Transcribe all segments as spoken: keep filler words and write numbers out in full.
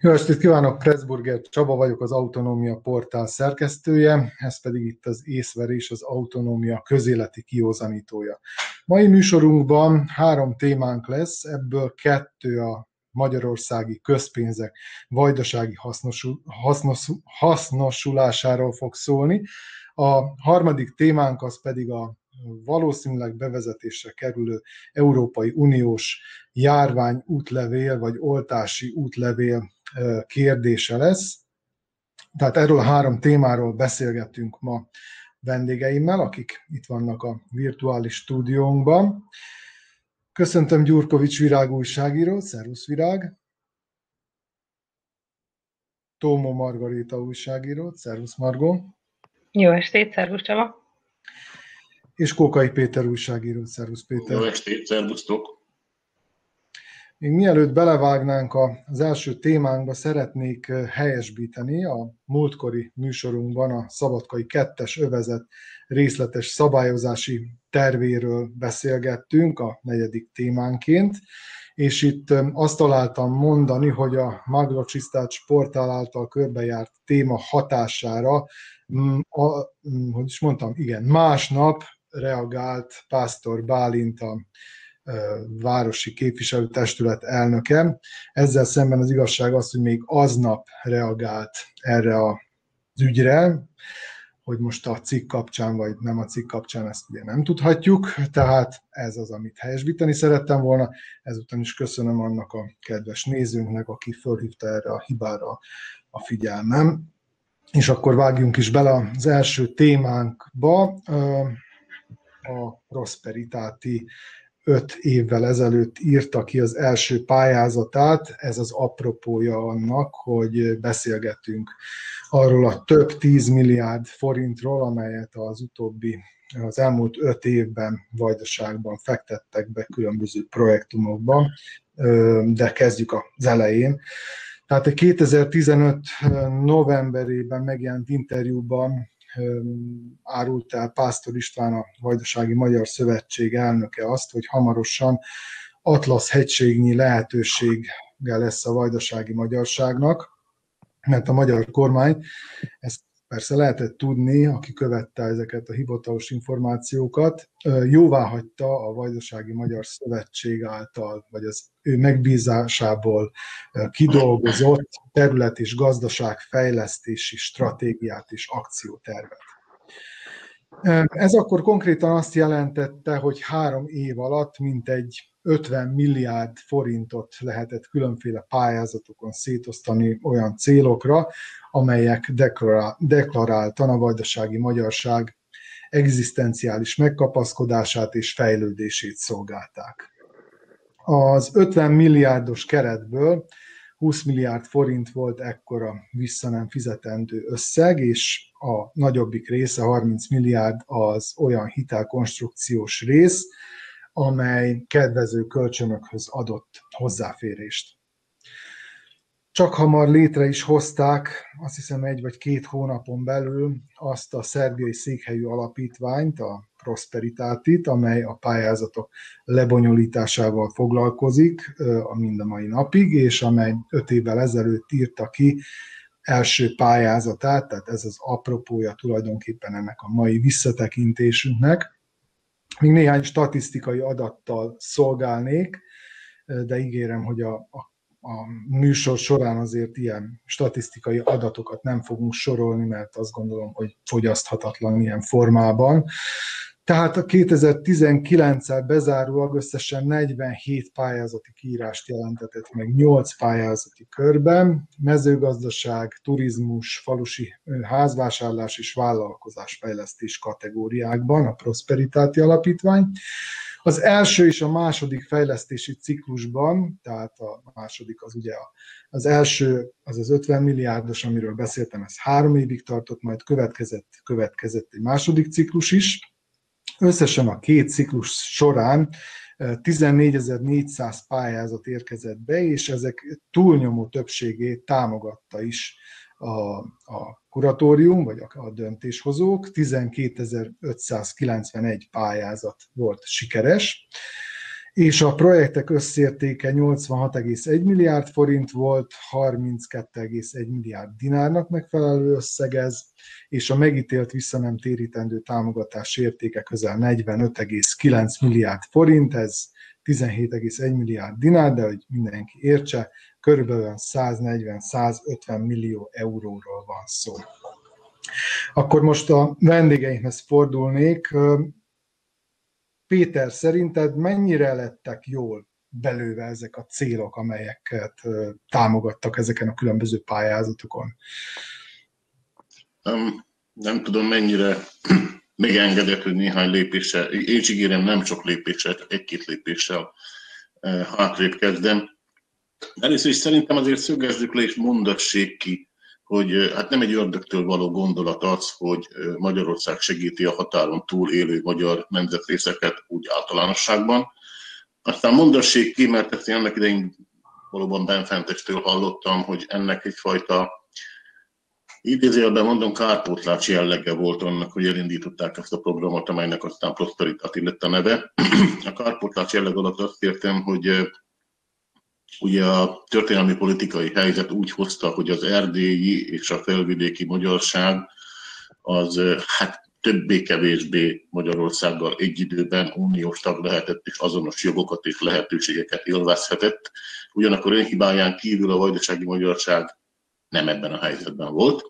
Jó estét kívánok, Pressburger Csaba vagyok, az Autonómia portál szerkesztője, ez pedig itt az Észverés, az Autonómia közéleti kiózanítója. Mai műsorunkban három témánk lesz, ebből kettő a magyarországi közpénzek vajdasági hasznosul, hasznos, hasznosulásáról fog szólni. A harmadik témánk az pedig a valószínűleg bevezetésre kerülő Európai Uniós járvány útlevél vagy oltási útlevél kérdése lesz. Tehát erről a három témáról beszélgettünk ma vendégeimmel, akik itt vannak a virtuális stúdiónkban. Köszöntöm Gyurkovics Virág újságírót, szervusz Virág! Tómo Margarita újságírót, szervusz Margó! Jó estét, szervusz Csaba! És Kókai Péter újságírót, szervusz Péter! Jó estét, szervusztok! Még mielőtt belevágnánk az első témánkba, szeretnék helyesbíteni. A múltkori műsorunkban a Szabadkai kettes övezet részletes szabályozási tervéről beszélgettünk a negyedik témánként, és itt azt találtam mondani, hogy a Maglocsisztács portál által körbejárt téma hatására, a, hogy is mondtam, igen, másnap reagált Pásztor Bálint, a városi képviselőtestület elnöke. Ezzel szemben az igazság az, hogy még aznap reagált erre az ügyre, hogy most a cikk kapcsán, vagy nem a cikk kapcsán, ezt ugye nem tudhatjuk, tehát ez az, amit helyesbíteni szerettem volna. Ezután is köszönöm annak a kedves nézőnknek, aki fölhívta erre a hibára a figyelmem. És akkor vágjunk is bele az első témánkba, a Prosperitáti öt évvel ezelőtt írta ki az első pályázatát, ez az apropója annak, hogy beszélgetünk arról a több tíz milliárd forintról, amelyet az utóbbi, az elmúlt öt évben Vajdaságban fektettek be különböző projektumokban, de kezdjük az elején. Tehát a kétezer-tizenöt novemberében megjelent interjúban árult el Pásztor István, a Vajdasági Magyar Szövetség elnöke azt, hogy hamarosan Atlasz hegységnyi lehetősége lesz a vajdasági magyarságnak, mert a magyar kormány, ezt persze lehetett tudni, aki követte ezeket a hivatalos információkat, jóváhagyta a Vajdasági Magyar Szövetség által, vagy az ő megbízásából kidolgozott terület- és gazdaságfejlesztési stratégiát és akciótervet. Ez akkor konkrétan azt jelentette, hogy három év alatt mintegy ötven milliárd forintot lehetett különféle pályázatokon szétosztani olyan célokra, amelyek deklaráltan a vajdasági magyarság egzisztenciális megkapaszkodását és fejlődését szolgálták. Az ötven milliárdos keretből húsz milliárd forint volt ekkora vissza nem fizetendő összeg, és a nagyobbik része, harminc milliárd az olyan hitelkonstrukciós rész, amely kedvező kölcsönökhöz adott hozzáférést. Csak hamar létre is hozták, azt hiszem egy vagy két hónapon belül azt a szerbiai székhelyű alapítványt, a Prosperitátit, amely a pályázatok lebonyolításával foglalkozik a mind a mai napig, és amely öt évvel ezelőtt írta ki első pályázatát, tehát ez az apropója tulajdonképpen ennek a mai visszatekintésünknek. Még néhány statisztikai adattal szolgálnék, de ígérem, hogy a, a, a műsor során azért ilyen statisztikai adatokat nem fogunk sorolni, mert azt gondolom, hogy fogyaszthatatlan ilyen formában. Tehát a kétezer-tizenkilenccel bezárólag összesen negyvenhét pályázati kiírást jelentetett meg nyolc pályázati körben, mezőgazdaság, turizmus, falusi házvásárlás és vállalkozásfejlesztés kategóriákban a Prosperitáti Alapítvány. Az első és a második fejlesztési ciklusban, tehát a második az ugye az első, az az ötven milliárdos, amiről beszéltem, ez három évig tartott, majd következett, következett egy második ciklus is. Összesen a két ciklus során tizennégyezer-négyszáz pályázat érkezett be, és ezek túlnyomó többségét támogatta is a, a kuratórium, vagy a, a döntéshozók. tizenkétezer-ötszázkilencvenegy pályázat volt sikeres, és a projektek összértéke nyolcvanhat egész egy milliárd forint volt, harminckettő egész egy milliárd dinárnak megfelelő összeg ez, és a megítélt vissza nem térítendő támogatás értéke közel negyvenöt egész kilenc milliárd forint, ez tizenhét egész egy milliárd dinár, de hogy mindenki értse, körülbelül száznegyven-százötven millió euróról van szó. Akkor most a vendégeinkhez fordulnék. Péter, szerinted mennyire lettek jól belőve ezek a célok, amelyeket támogattak ezeken a különböző pályázatokon? Nem, nem tudom, mennyire még engedett, hogy néhány lépéssel, én is ígérem, nem csak lépéssel, egy-két lépéssel hátrébb kezdem. Először is szerintem azért szögezzük le és mondasség ki, hogy hát nem egy ördögtől való gondolat az, hogy Magyarország segíti a határon túl élő magyar nemzetrészeket úgy általánosságban. Aztán mondasség ki, mert ezt én ennek idején valóban benfentestől hallottam, hogy ennek egyfajta, idézőjelben mondom, kárpótlás jellege volt annak, hogy elindították ezt a programot, amelynek aztán Prosperitati lett a neve. A kárpótlás jelleg alatt azt értem, hogy ugye a történelmi politikai helyzet úgy hozta, hogy az erdélyi és a felvidéki magyarság az hát többé-kevésbé Magyarországgal egy időben uniós tag lehetett, és azonos jogokat és lehetőségeket élvezhetett. Ugyanakkor én hibáján kívül a vajdasági magyarság nem ebben a helyzetben volt,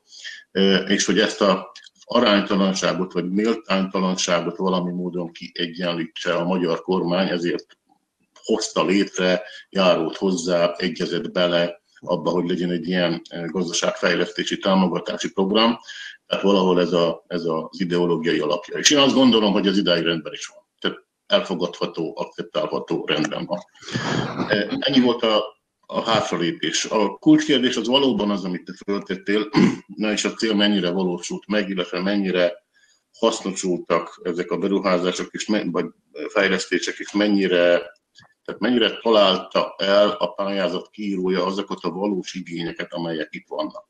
és hogy ezt az aránytalanságot vagy méltánytalanságot valami módon kiegyenlítse a magyar kormány, ezért hozta létre, járult hozzá, egyezett bele abba, hogy legyen egy ilyen gazdaságfejlesztési támogatási program. Tehát valahol ez, a, ez az ideológiai alapja. És én azt gondolom, hogy ez idáig rendben is van. Tehát elfogadható, akceptálható, rendben van. Ennyi volt a, a hátralépés. A kulcskérdés az valóban az, amit te föltettél, na és a cél mennyire valósult meg, illetve mennyire hasznosultak ezek a beruházások és vagy fejlesztések, és mennyire Tehát mennyire találta el a pályázat kiírója azokat a valós igényeket, amelyek itt vannak.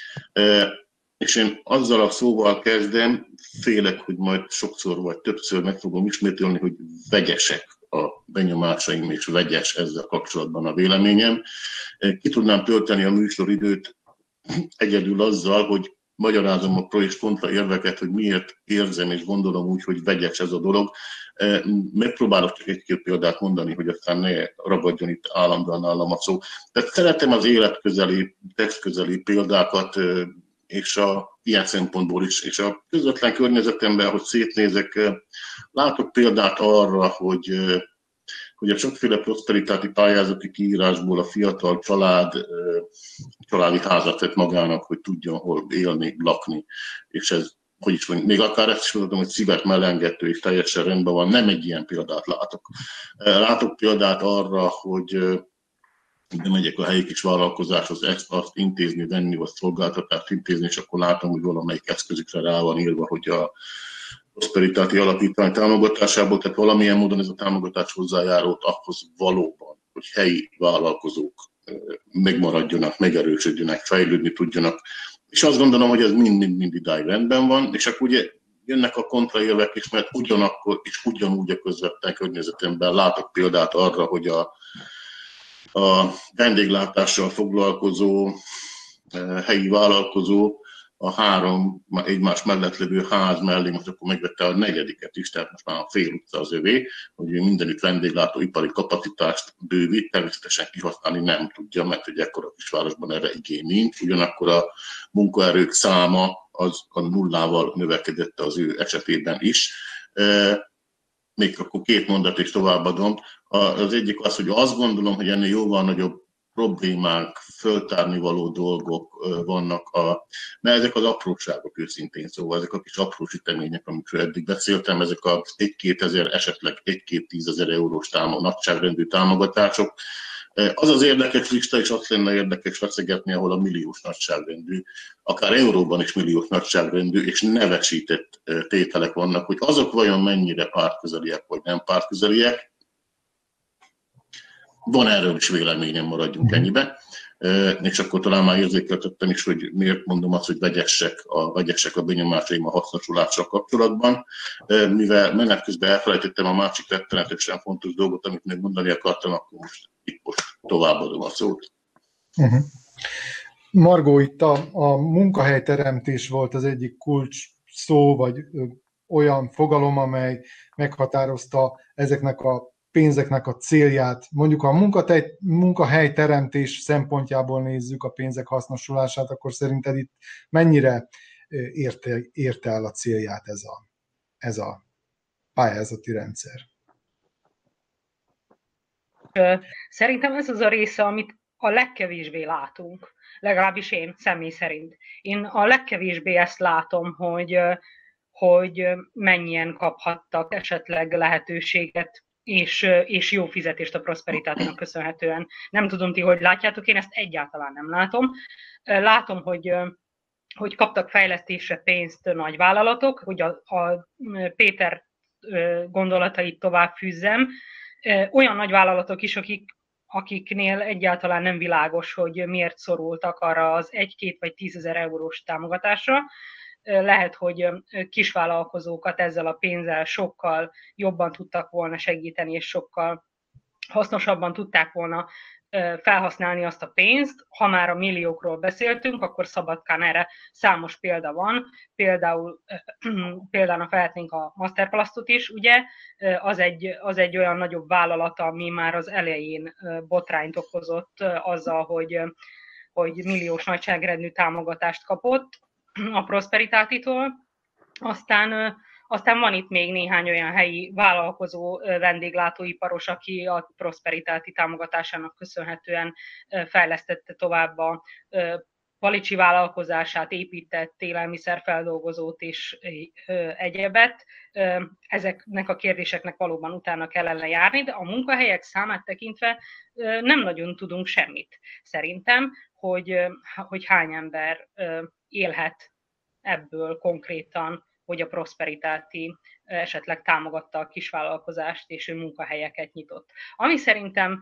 E, és én azzal a szóval kezdem, félek, hogy majd sokszor vagy többször meg fogom ismételni, hogy vegyesek a benyomásaim, és vegyes ezzel kapcsolatban a véleményem. E, ki tudnám tölteni a műsoridőt egyedül azzal, hogy magyarázom a pro és kontra érveket, hogy miért érzem és gondolom úgy, hogy vegyes ez a dolog. Megpróbálok csak egy-két példát mondani, hogy aztán ne ragadjon itt állandóan nálam a szó. Tehát szeretem az életközeli, testközeli példákat, és a, ilyen szempontból is, és a közvetlen környezetemben, hogy szétnézek, látok példát arra, hogy, hogy a sokféle prosperitáti pályázati kiírásból a fiatal család családi házat vett magának, hogy tudjon hol élni, lakni, és ez, hogy is mondjuk, még akár ezt is mondhatom, hogy szívet melengető és teljesen rendben van, nem egy ilyen példát látok. Látok példát arra, hogy bemegyek a helyi kis vállalkozáshoz, ezt azt intézni, venni, vagy szolgáltatást intézni, és akkor látom, hogy valamelyik eszközükre rá van írva, hogy a prosperitáti alapítvány támogatásából, tehát valamilyen módon ez a támogatás hozzájárult ahhoz valóban, hogy helyi vállalkozók megmaradjanak, megerősödjenek, fejlődni tudjanak. És azt gondolom, hogy ez mind-mind idáig rendben van, és akkor ugye jönnek a kontraérvek is, mert ugyanakkor és ugyanúgy a közvetlen környezetemben látok példát arra, hogy a, a vendéglátással foglalkozó helyi vállalkozó a három egymás mellett levő ház mellé most akkor megvette a negyediket is, tehát most már a fél utca az övé, hogy mindenütt vendéglátóipari kapacitást bővít, természetesen kihasználni nem tudja, mert egy ekkora kisvárosban erre igény nincs, ugyanakkor a munkaerők száma az a nullával növekedett az ő esetében is. Még akkor két mondat és továbbadom. Az egyik az, hogy azt gondolom, hogy ennél jóval nagyobb problémák, föltárni való dolgok vannak, a, mert ezek az apróságok őszintén, szóval ezek a kis apró sütemények, amikről eddig beszéltem, ezek a egy-két ezer, esetleg egy-két tízezer eurós támog, nagyságrendű támogatások. Az az érdekes lista, és azt lenne érdekes feszegetni, ahol a milliós nagyságrendű, akár euróban is milliós nagyságrendű, és nevesített tételek vannak, hogy azok vajon mennyire pártközeliek, vagy nem pártközeliek. Van erről is véleményem, maradjunk ennyibe. és akkor talán már érzékeltettem is, hogy miért mondom azt, hogy vegyesek a, vegyesek a benyomásaim a hasznosulással kapcsolatban, mivel menet közben elfelejtettem a másik rettenetesen fontos dolgot, amit még mondani akartam, akkor most itt most továbbadom a szót. Uh-huh. Margó, itt a, a munkahelyteremtés volt az egyik kulcs szó, vagy ö, olyan fogalom, amely meghatározta ezeknek a pénzeknek a célját. Mondjuk ha a munkahelyteremtés szempontjából nézzük a pénzek hasznosulását, akkor szerinted itt mennyire érte, érte el a célját ez a, ez a pályázati rendszer? Szerintem ez az a része, amit a legkevésbé látunk, legalábbis én személy szerint. Én a legkevésbé ezt látom, hogy, hogy mennyien kaphattak esetleg lehetőséget és, és jó fizetést a Prosperitátinak köszönhetően. Nem tudom ti, hogy látjátok, én ezt egyáltalán nem látom. Látom, hogy, hogy kaptak fejlesztésre pénzt nagy vállalatok, hogy a, a Péter gondolatait tovább fűzzem. Olyan nagy vállalatok is, akik, akiknél egyáltalán nem világos, hogy miért szorultak arra az egy-két vagy tízezer eurós támogatásra. Lehet, hogy kisvállalkozókat ezzel a pénzzel sokkal jobban tudtak volna segíteni, és sokkal hasznosabban tudták volna felhasználni azt a pénzt. Ha már a milliókról beszéltünk, akkor Szabadkán erre számos példa van. Például például vehetnénk a Masterplastot is, ugye? Az egy, az egy olyan nagyobb vállalat, ami már az elején botrányt okozott azzal, hogy, hogy milliós nagyságrendű támogatást kapott a Prosperitátitól. Aztán, aztán van itt még néhány olyan helyi vállalkozó, vendéglátóiparos, aki a Prosperitáti támogatásának köszönhetően fejlesztette tovább a palicsi vállalkozását, épített élelmiszerfeldolgozót és egyebet. Ezeknek a kérdéseknek valóban utána kellene járni, de a munkahelyek számát tekintve nem nagyon tudunk semmit. Szerintem, hogy, hogy hány ember élhet ebből konkrétan, hogy a Prosperitáti esetleg támogatta a kisvállalkozást, és ő munkahelyeket nyitott. Ami szerintem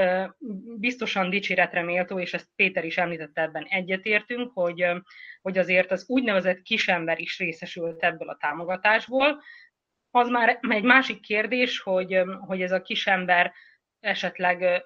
biztosan dicséretre méltó, és ezt Péter is említette, ebben egyetértünk, hogy, hogy azért az úgynevezett kisember is részesült ebből a támogatásból. Az már egy másik kérdés, hogy, hogy ez a kisember esetleg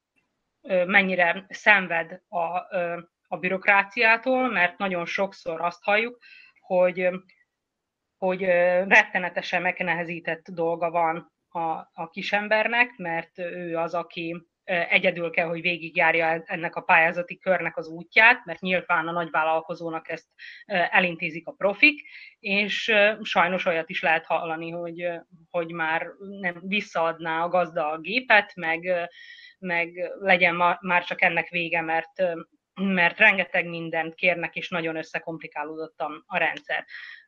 mennyire szenved a, a bürokráciától, mert nagyon sokszor azt halljuk, hogy, hogy rettenetesen megnehezített dolga van a, a kisembernek, mert ő az, aki egyedül kell, hogy végigjárja ennek a pályázati körnek az útját, mert nyilván a nagyvállalkozónak ezt elintézik a profik, és sajnos olyat is lehet hallani, hogy, hogy már nem visszaadná a gazda a gépet, meg, meg legyen már csak ennek vége, mert, mert rengeteg mindent kérnek, és nagyon összekomplikálódott a, a rendszer.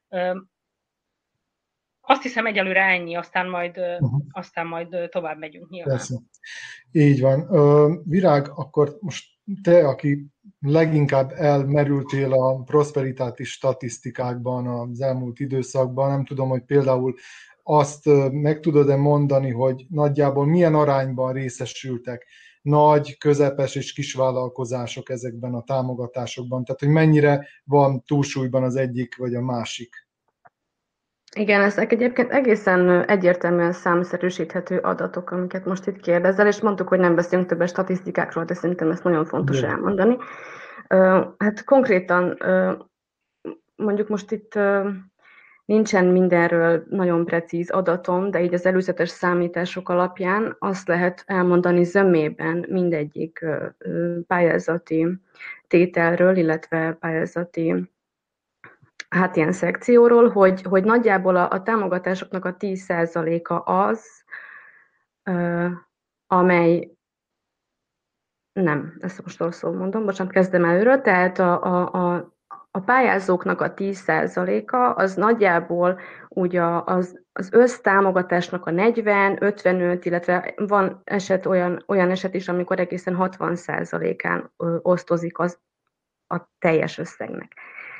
Azt hiszem egyelőre ennyi, aztán majd, uh-huh. aztán majd tovább megyünk nyilván. Persze. Így van. Virág, akkor most te, aki leginkább elmerültél a Prosperitáti statisztikákban az elmúlt időszakban, nem tudom, hogy például azt meg tudod-e mondani, hogy nagyjából milyen arányban részesültek nagy, közepes és kisvállalkozások ezekben a támogatásokban, tehát hogy mennyire van túlsúlyban az egyik vagy a másik? Igen, ezek egyébként egészen egyértelműen számszerűsíthető adatok, amiket most itt kérdezel, és mondtuk, hogy nem beszélünk többes statisztikákról, de szerintem ezt nagyon fontos de. elmondani. Hát konkrétan mondjuk most itt nincsen mindenről nagyon precíz adatom, de így az előzetes számítások alapján azt lehet elmondani zömében mindegyik pályázati tételről, illetve pályázati hát ilyen szekcióról, hogy, hogy nagyjából a, a támogatásoknak a tíz százaléka az, ö, amely, nem, ezt most rosszul mondom, bocsánat, kezdem előről, tehát a, a, a, a pályázóknak a tíz százaléka az nagyjából ugye az, az össztámogatásnak a negyven, ötvenöt, illetve van eset olyan, olyan eset is, amikor egészen hatvan százalékán osztozik az a teljes összegnek.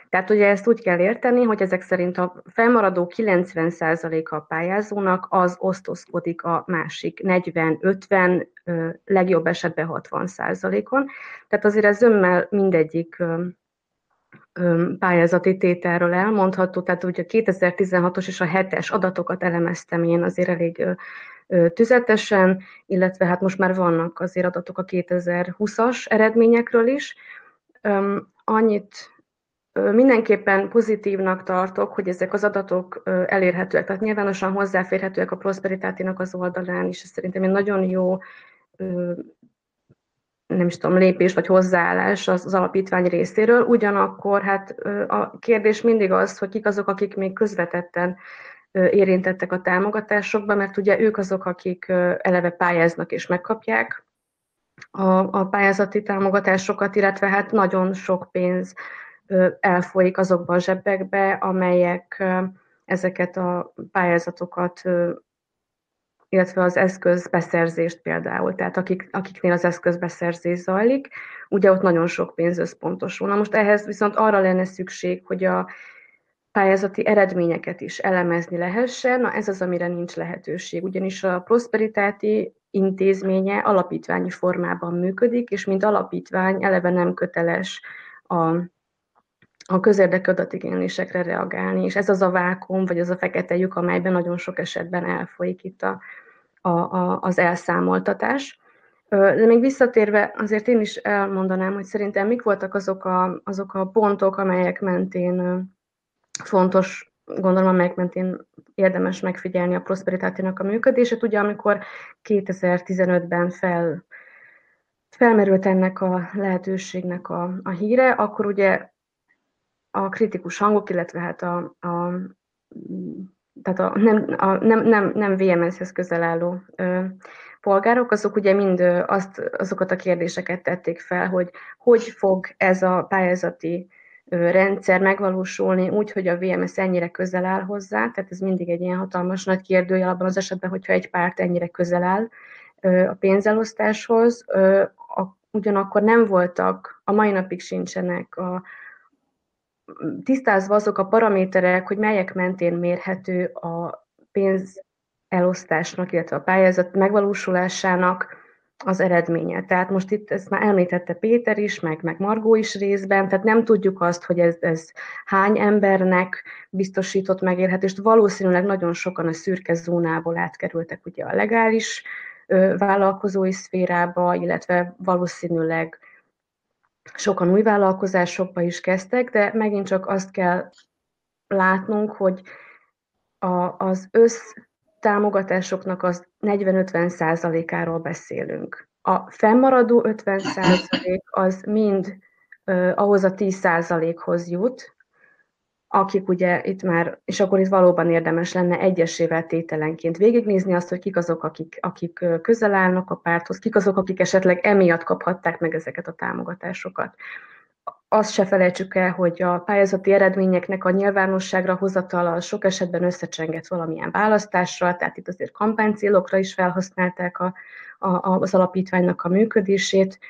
Tehát ugye ezt úgy kell érteni, hogy ezek szerint a felmaradó kilencven százaléka a pályázónak az osztozkodik a másik negyven-ötven, legjobb esetben hatvan százalékon. Tehát azért ez ömmel mindegyik pályázati tételről elmondható, tehát ugye a kétezer-tizenhatos és a hetes adatokat elemeztem én azért elég tüzetesen, illetve hát most már vannak azért adatok a kétezer-húszas eredményekről is. Annyit mindenképpen pozitívnak tartok, hogy ezek az adatok elérhetőek, tehát nyilvánosan hozzáférhetőek a Prosperitátinak az oldalán is, ez szerintem egy nagyon jó nem is tudom, lépés vagy hozzáállás az, az alapítvány részéről. Ugyanakkor hát a kérdés mindig az, hogy kik azok, akik még közvetetten érintettek a támogatásokban, mert ugye ők azok, akik eleve pályáznak és megkapják a, a pályázati támogatásokat, illetve hát nagyon sok pénz elfolyik azokba a zsebekbe, amelyek ezeket a pályázatokat, illetve az eszközbeszerzést például, tehát akik, akiknél az eszközbeszerzés zajlik, ugye ott nagyon sok pénz összpontosul. Na most ehhez viszont arra lenne szükség, hogy a pályázati eredményeket is elemezni lehessen, na ez az, amire nincs lehetőség, ugyanis a Prosperitáti intézménye alapítványi formában működik, és mint alapítvány eleve nem köteles a a közérdekű adatigénylésekre reagálni, és ez az a vákum, vagy az a fekete lyuk, amelyben nagyon sok esetben elfolyik itt a, a, a, az elszámoltatás. De még visszatérve, azért én is elmondanám, hogy szerintem mik voltak azok a, azok a pontok, amelyek mentén fontos, gondolom, amelyek mentén érdemes megfigyelni a Prosperitátinak a működését. Ugye amikor kétezer-tizenötben fel, felmerült ennek a lehetőségnek a, a híre, akkor ugye a kritikus hangok, illetve hát a, a, tehát a, nem, a nem, nem, nem vé em es-hez közel álló ö, polgárok, azok ugye mind ö, azt, azokat a kérdéseket tették fel, hogy hogy fog ez a pályázati ö, rendszer megvalósulni úgy, hogy a vé em es ennyire közel áll hozzá, tehát ez mindig egy ilyen hatalmas nagy kérdőjel abban az esetben, hogyha egy párt ennyire közel áll ö, a pénzelosztáshoz, ö, a, ugyanakkor nem voltak, a mai napig sincsenek a tisztázva azok a paraméterek, hogy melyek mentén mérhető a pénz elosztásnak, illetve a pályázat megvalósulásának az eredménye. Tehát most itt ezt már említette Péter is, meg, meg Margó is részben, tehát nem tudjuk azt, hogy ez, ez hány embernek biztosított megélhetést. Valószínűleg nagyon sokan a szürke zónából átkerültek ugye a legális ö, vállalkozói szférába, illetve valószínűleg sokan új vállalkozásokba is kezdtek, de megint csak azt kell látnunk, hogy a, az össztámogatásoknak az negyven-ötven százalékáról beszélünk. A fennmaradó ötven százalék az mind uh, ahhoz a tíz százalékhoz jut, akik ugye itt már, és akkor itt valóban érdemes lenne egyesével tételenként végignézni azt, hogy kik azok, akik, akik közel állnak a párthoz, kik azok, akik esetleg emiatt kaphatták meg ezeket a támogatásokat. Azt se felejtsük el, hogy a pályázati eredményeknek a nyilvánosságra hozatala sok esetben összecsengett valamilyen választásra, tehát itt azért kampánycélokra is felhasználták a, a, az alapítványnak a működését,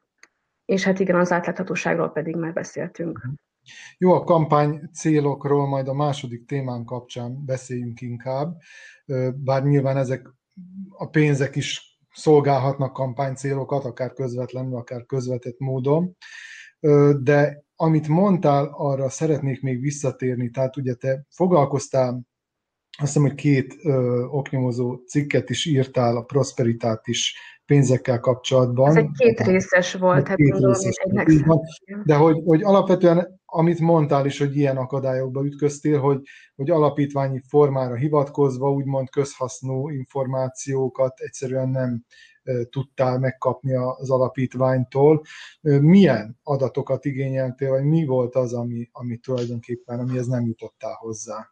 és hát igen, az átláthatóságról pedig már beszéltünk. Jó, a kampány célokról majd a második témán kapcsán beszéljünk inkább, bár nyilván ezek a pénzek is szolgálhatnak kampánycélokat, akár közvetlenül, akár közvetett módon, de amit mondtál, arra szeretnék még visszatérni, tehát ugye te foglalkoztál, azt hiszem, hogy két ö, oknyomozó cikket is írtál a Prosperitátis pénzekkel kapcsolatban. Ez egy két részes volt, hát két gondolom, részes egynek De hogy, hogy alapvetően, amit mondtál is, hogy ilyen akadályokba ütköztél, hogy, hogy alapítványi formára hivatkozva, úgymond közhasznú információkat egyszerűen nem e, tudtál megkapni az alapítványtól. Milyen adatokat igényeltél, vagy mi volt az, ami, ami tulajdonképpen, amihez nem jutottál hozzá?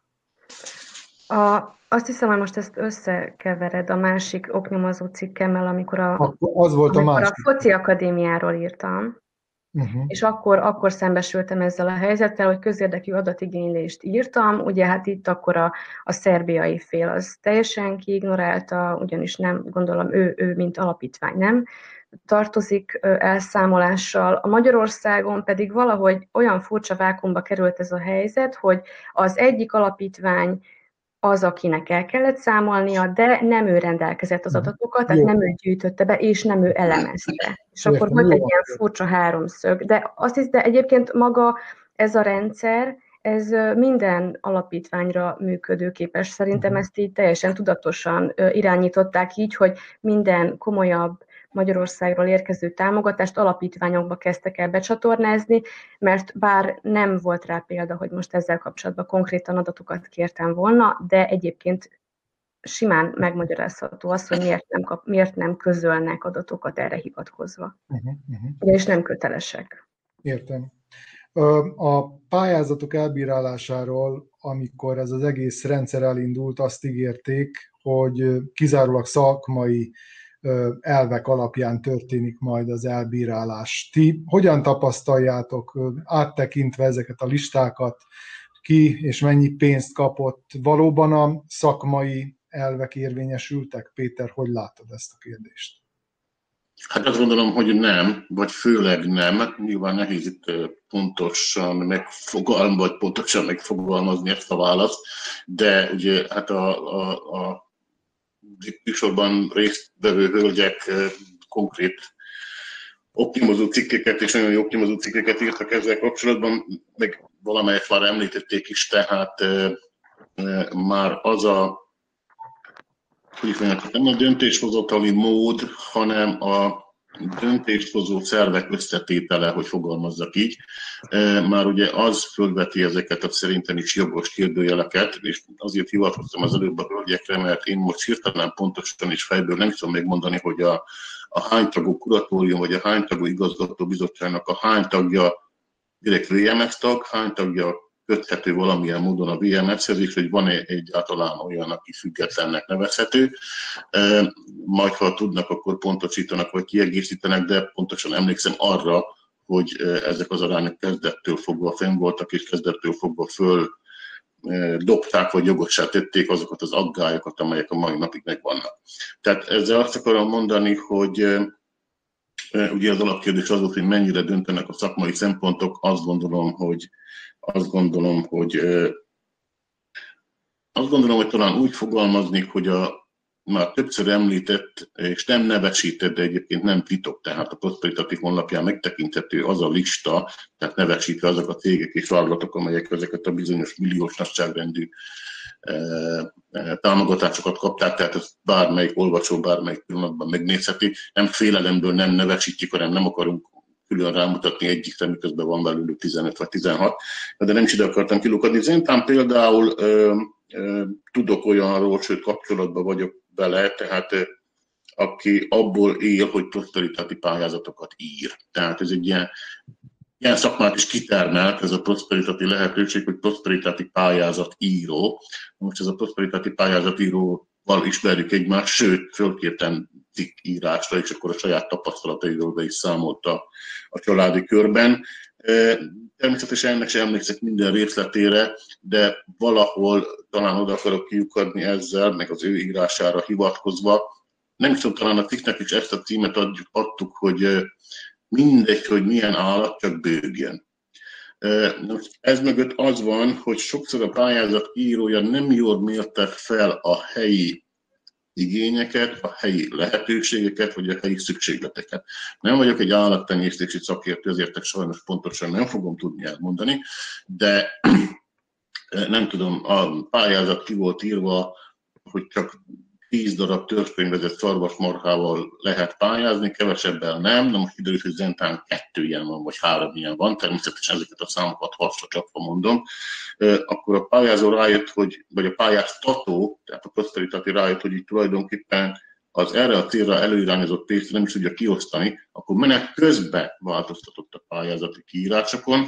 A, azt hiszem, hogy most ezt összekevered a másik oknyomozó cikkemmel, amikor a, az volt amikor a, a Foci Akadémiáról írtam, uh-huh. és akkor, akkor szembesültem ezzel a helyzettel, hogy közérdekű adatigénylést írtam, ugye hát itt akkor a, a szerbiai fél az teljesen kiignorálta, ugyanis nem, gondolom ő, ő mint alapítvány nem tartozik elszámolással. A Magyarországon pedig valahogy olyan furcsa vákumba került ez a helyzet, hogy az egyik alapítvány az, akinek el kellett számolnia, de nem ő rendelkezett az adatokat, tehát jó. Nem ő gyűjtötte be, és nem ő elemezte. És akkor volt egy ilyen furcsa háromszög. De azt hisz, de egyébként maga ez a rendszer, ez minden alapítványra működőképes. Szerintem ezt így teljesen tudatosan irányították így, hogy minden komolyabb Magyarországról érkező támogatást alapítványokba kezdtek el becsatornázni, mert bár nem volt rá példa, hogy most ezzel kapcsolatban konkrétan adatokat kértem volna, de egyébként simán megmagyarázható az, hogy miért nem, kap, miért nem közölnek adatokat erre hivatkozva. Uh-huh, uh-huh. És nem kötelesek. Értem. A pályázatok elbírálásáról, amikor ez az egész rendszer elindult, azt ígérték, hogy kizárólag szakmai elvek alapján történik majd az elbírálás. Ti hogyan tapasztaljátok, áttekintve ezeket a listákat, ki és mennyi pénzt kapott? Valóban a szakmai elvek érvényesültek? Péter, hogy látod ezt a kérdést? Hát azt gondolom, hogy nem, vagy főleg nem. Nyilván nehéz itt pontosan megfogalmazni, vagy pontosan megfogalmazni ezt a választ, de ugye hát a, a, a műsorban résztvevő hölgyek konkrét optimozó cikkeket és nagyon jó optimozó cikkeket írtak ezzel kapcsolatban, meg valamelyet már említették is, tehát e, e, már az a, hogy mondjam, nem a döntéshozatali mód, hanem a döntéshozó szervek összetétele, hogy fogalmazzak így. E, már ugye az fölveti ezeket a szerintem is jogos kérdőjeleket, és azért hivatkoztam az előbb a hölgyekre, mert én most hirtelen pontosan és fejből nem tudom megmondani, hogy a, a hánytagú kuratórium vagy a hánytagú igazgatóbizottságnak a hány tagja direkt vé em es tag, hány tagja köthető valamilyen módon a vé em es-hez, és hogy van egyáltalán olyan, aki függetlennek nevezhető. Majd, ha tudnak, akkor pontosítanak, vagy kiegészítenek, de pontosan emlékszem arra, hogy ezek az arányok kezdettől fogva fenn voltak, és kezdettől fogva föl dobták, vagy jogossá tették azokat az aggályokat, amelyek a mai napig megvannak. Tehát ezzel azt akarom mondani, hogy ugye az alapkérdés az volt, hogy mennyire döntenek a szakmai szempontok, azt gondolom, hogy azt gondolom, hogy azt gondolom, hogy talán úgy fogalmaznék, hogy a már többször említett, és nem nevesített, de egyébként nem titok, tehát a Prosperitatív honlapján megtekinthető az a lista, tehát nevesítve azok a cégek és vállalatok, amelyek ezeket a bizonyos milliós nagyságrendű e, e, támogatásokat kapták, tehát ezt bármelyik olvasó bármelyik pillanatban megnézheti. Nem félelemből nem nevesítjük, hanem nem akarunk külön rámutatni egyikre, miközben van belőlük tizenöt vagy tizenhat, de nem is ide akartam kilukadni. Zentán például ö, ö, tudok olyanról, sőt kapcsolatban vagyok vele, tehát ö, aki abból él, hogy prosperitáti pályázatokat ír. Tehát ez egy ilyen, ilyen szakmát is kitermelt, ez a prosperitáti lehetőség, hogy prosperitáti pályázat író. Most ez a prosperitáti pályázat íróval ismerjük egymást, sőt, fölkértem cikk írásra, és akkor a saját tapasztalatairól be is számolt a, a családi körben. Természetesen ennek sem emlékszek minden részletére, de valahol talán oda akarok kiukadni ezzel, meg az ő írására hivatkozva. Nem is tudom, talán a cikknek is ezt a címet adjuk, adtuk, hogy mindegy, hogy milyen állat, csak bőgjen. Most ez mögött az van, hogy sokszor a pályázat írója nem jól mérte fel a helyi igényeket, a helyi lehetőségeket, vagy a helyi szükségleteket. Nem vagyok egy állattenyésztési szakértő, ezért sajnos pontosan nem fogom tudni elmondani, de nem tudom, a pályázat ki volt írva, hogy csak tíz darab törzskönyvezett szarvasmarhával lehet pályázni, kevesebbel nem, de most kiderült, hogy Zentán kettő ilyen van, vagy három ilyen van, természetesen ezeket a számokat hasra csapva mondom, akkor a pályázó rájött, hogy, vagy a pályáztató, tehát a Prosperitáti rájött, hogy így tulajdonképpen az erre a célra előirányozott pénzt nem is tudja kiosztani, akkor menet közben változtatott a pályázati kiírásokon,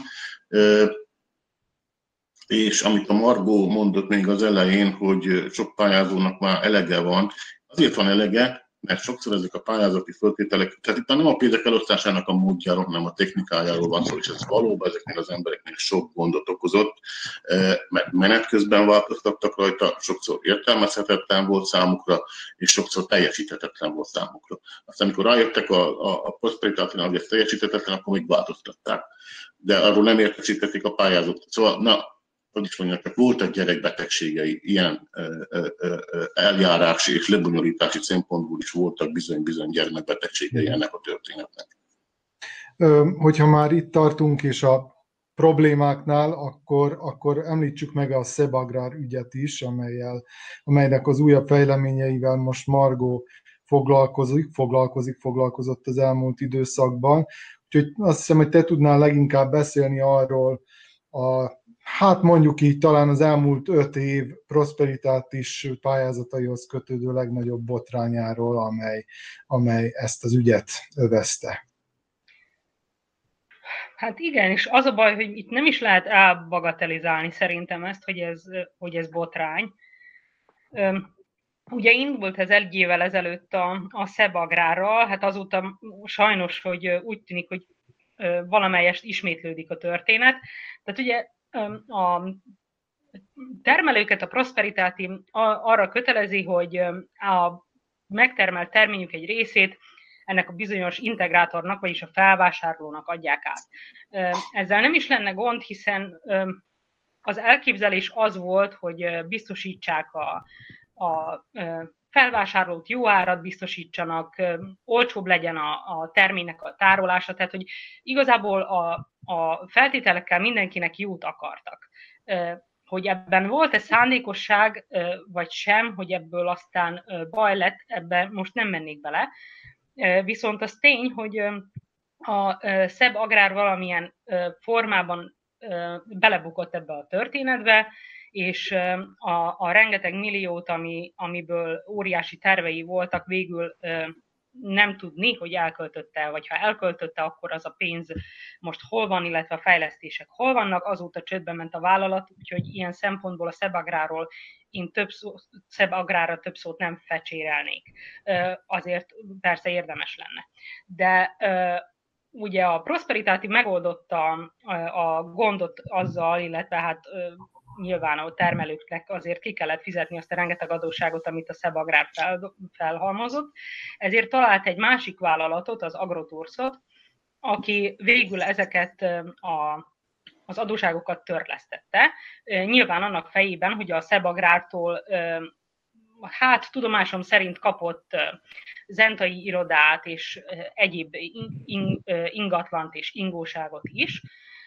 és amit a Margó mondott még az elején, hogy sok pályázónak már elege van, azért van elege, mert sokszor ezek a pályázati föltételek, tehát itt nem a pénzek elosztásának a módjáról, hanem a technikájáról van szó, és ez valóban ezeknél az embereknek sok gondot okozott, mert menet közben változtattak rajta, sokszor értelmezhetetlen volt számukra, és sokszor teljesíthetetlen volt számukra. Aztán, amikor rájöttek a, a, a prosperitációnál, hogy ez teljesíthetetlen, akkor még változtatták. De arról nem értesítették a pályázót. Szóval, na, hogy is mondjam, csak voltak gyerekbetegségei, ilyen ö, ö, ö, eljárási és lebonyolítási szempontból is voltak bizony-bizony gyermekbetegségei ennek a történetnek. Hogyha már itt tartunk és a problémáknál, akkor, akkor említsük meg a Szebagrár ügyet is, amelyel, amelynek az újabb fejleményeivel most Margó foglalkozik, foglalkozik, foglalkozott az elmúlt időszakban. Úgyhogy azt hiszem, hogy te tudnál leginkább beszélni arról, a, hát mondjuk így talán az elmúlt öt év prosperitátis pályázataihoz kötődő legnagyobb botrányáról, amely, amely ezt az ügyet övezte. Hát igen, és az a baj, hogy itt nem is lehet elbagatelizálni szerintem ezt, hogy ez, hogy ez botrány. Ugye indult ez egy évvel ezelőtt a, a Szebagrárral, hát azóta sajnos, hogy úgy tűnik, hogy valamelyest ismétlődik a történet. Tehát ugye a termelőket a Prosperitáti arra kötelezi, hogy a megtermelt terményük egy részét ennek a bizonyos integrátornak, vagyis a felvásárlónak adják át. Ezzel nem is lenne gond, hiszen az elképzelés az volt, hogy biztosítsák a, a felvásárlót, jó árat biztosítsanak, olcsóbb legyen a, a terméknek a tárolása, tehát hogy igazából a, a feltételekkel mindenkinek jót akartak. Hogy ebben volt-e szándékosság, vagy sem, hogy ebből aztán baj lett, ebben most nem mennék bele. Viszont az tény, hogy a Szebagrár valamilyen formában belebukott ebbe a történetbe, és a, a rengeteg milliót, ami, amiből óriási tervei voltak, végül nem tudni, hogy elköltötte, vagy ha elköltötte, akkor az a pénz most hol van, illetve a fejlesztések hol vannak, azóta csődbe ment a vállalat, úgyhogy ilyen szempontból a Szebagráról én több szó, Szebagrára több szót nem fecsérelnék. Azért persze érdemes lenne. De ugye a Prosperitáti megoldotta a gondot azzal, illetve hát nyilván a termelőknek azért ki kellett fizetni azt a rengeteg adósságot, amit a Szebagrár fel, felhalmozott. Ezért talált egy másik vállalatot, az Agrotursot, aki végül ezeket a, az adósságokat törlesztette. Nyilván annak fejében, hogy a Szebagrártól hát tudomásom szerint kapott zentai irodát és egyéb ingatlant és ingóságot is.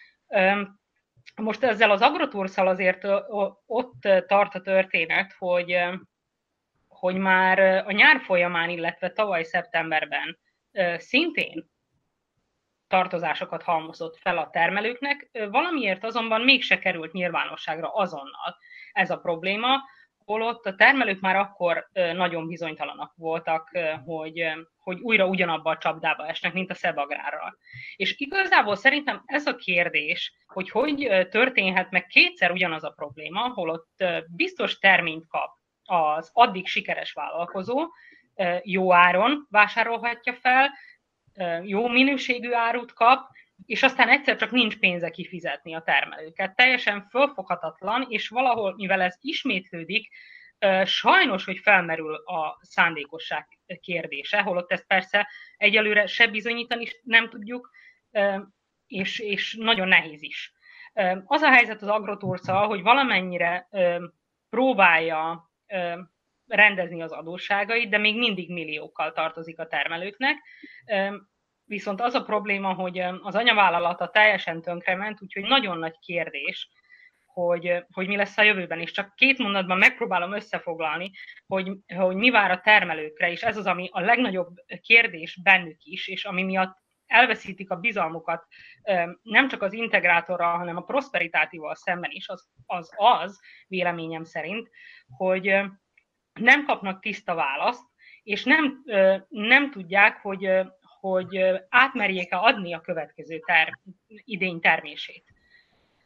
Most ezzel az Agrotursszal azért ott tart a történet, hogy, hogy már a nyár folyamán, illetve tavaly szeptemberben szintén tartozásokat halmozott fel a termelőknek, valamiért azonban mégse került nyilvánosságra azonnal ez a probléma, holott a termelők már akkor nagyon bizonytalanak voltak, hogy, hogy újra ugyanabba a csapdába esnek, mint a Szebagrárral. És igazából szerintem ez a kérdés, hogy hogy történhet meg kétszer ugyanaz a probléma, holott biztos terményt kap az addig sikeres vállalkozó, jó áron vásárolhatja fel, jó minőségű árut kap, és aztán egyszer csak nincs pénze kifizetni a termelőket. Teljesen fölfoghatatlan, és valahol, mivel ez ismétlődik, sajnos, hogy felmerül a szándékosság kérdése, holott ezt persze egyelőre se bizonyítani nem tudjuk, és, és nagyon nehéz is. Az a helyzet az Agrotursszal, hogy valamennyire próbálja rendezni az adósságait, de még mindig milliókkal tartozik a termelőknek. Viszont az a probléma, hogy az anyavállalata teljesen tönkrement, úgyhogy nagyon nagy kérdés, hogy, hogy mi lesz a jövőben. És csak két mondatban megpróbálom összefoglalni, hogy, hogy mi vár a termelőkre, és ez az, ami a legnagyobb kérdés bennük is, és ami miatt elveszítik a bizalmukat nem csak az integrátorral, hanem a Prosperitátival szemben is, az az, az véleményem szerint, hogy nem kapnak tiszta választ, és nem, nem tudják, hogy hogy átmerjék-e adni a következő ter- idény termését.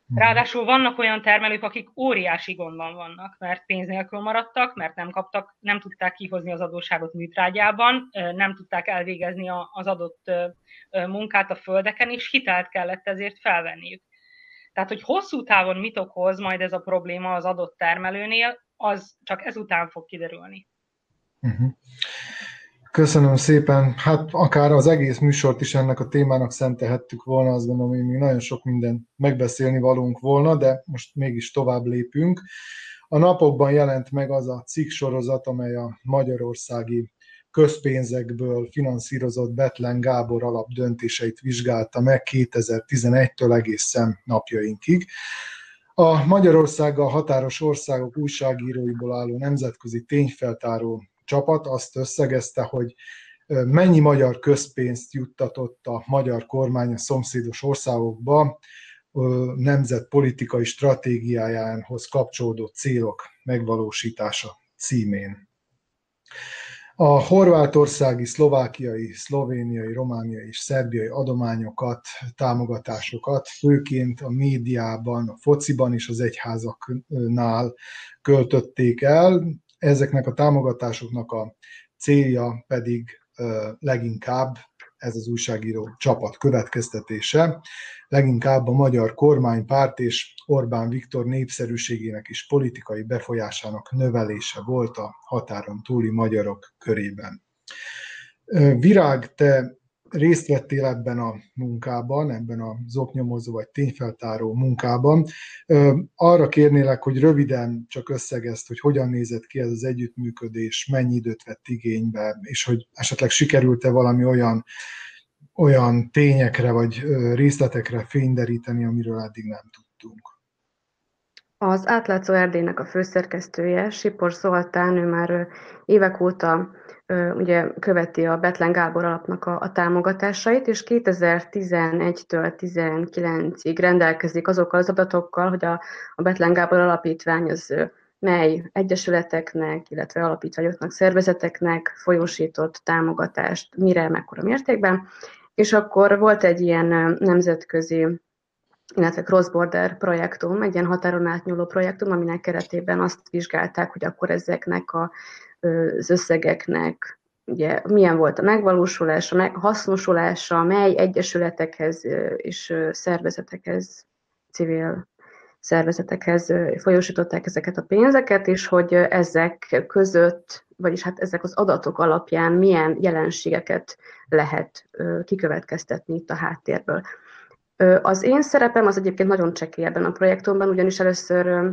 Ráadásul vannak olyan termelők, akik óriási gondban vannak, mert pénz nélkül maradtak, mert nem kaptak, nem tudták kihozni az adósságot műtrágyában, nem tudták elvégezni az adott munkát a földeken, és hitelt kellett ezért felvenniük. Tehát, hogy hosszú távon mit okoz majd ez a probléma az adott termelőnél, az csak ezután fog kiderülni. Uh-huh. Köszönöm szépen. Hát akár az egész műsort is ennek a témának szentelhettük volna, azt gondolom, hogy még nagyon sok minden megbeszélni valónk volna, de most mégis tovább lépünk. A napokban jelent meg az a cikksorozat, amely a magyarországi közpénzekből finanszírozott Bethlen Gábor alap döntéseit vizsgálta meg kétezer-tizenegytől egészen napjainkig. A Magyarországgal határos országok újságíróiból álló nemzetközi tényfeltáró csapat azt összegezte, hogy mennyi magyar közpénzt juttatott a magyar kormány a szomszédos országokba nemzetpolitikai stratégiájához kapcsolódó célok megvalósítása címén. A horvátországi, szlovákiai, szlovéniai, romániai és szerbiai adományokat, támogatásokat főként a médiában, a fociban és az egyházaknál költötték el. Ezeknek a támogatásoknak a célja pedig leginkább, ez az újságíró csapat következtetése, leginkább a magyar kormánypárt és Orbán Viktor népszerűségének és politikai befolyásának növelése volt a határon túli magyarok körében. Virág, te részt vettél ebben a munkában, ebben a zoknyomozó vagy tényfeltáró munkában. Arra kérnélek, hogy röviden csak összegezd, hogy hogyan nézett ki ez az együttműködés, mennyi időt vett igénybe, és hogy esetleg sikerült-e valami olyan, olyan tényekre vagy részletekre fényderíteni, amiről eddig nem tudtunk. Az Átlátszó Erdélynek a főszerkesztője, Sipor Zoltán, ő már évek óta ugye követi a Bethlen Gábor alapnak a, a támogatásait, és kétezer-tizenegytől tizenkilencig rendelkezik azokkal az adatokkal, hogy a, a Bethlen Gábor alapítvány az mely egyesületeknek, illetve alapítványoknak, szervezeteknek folyósított támogatást, mire, mekkora mértékben. És akkor volt egy ilyen nemzetközi, illetve cross-border projektum, egy ilyen határon átnyúló projektum, aminek keretében azt vizsgálták, hogy akkor ezeknek a az összegeknek ugye, milyen volt a megvalósulása, a hasznosulása, mely egyesületekhez és szervezetekhez, civil szervezetekhez folyósították ezeket a pénzeket, és hogy ezek között, vagyis hát ezek az adatok alapján milyen jelenségeket lehet kikövetkeztetni itt a háttérből. Az én szerepem az egyébként nagyon csekély ebben a projektumban, ugyanis először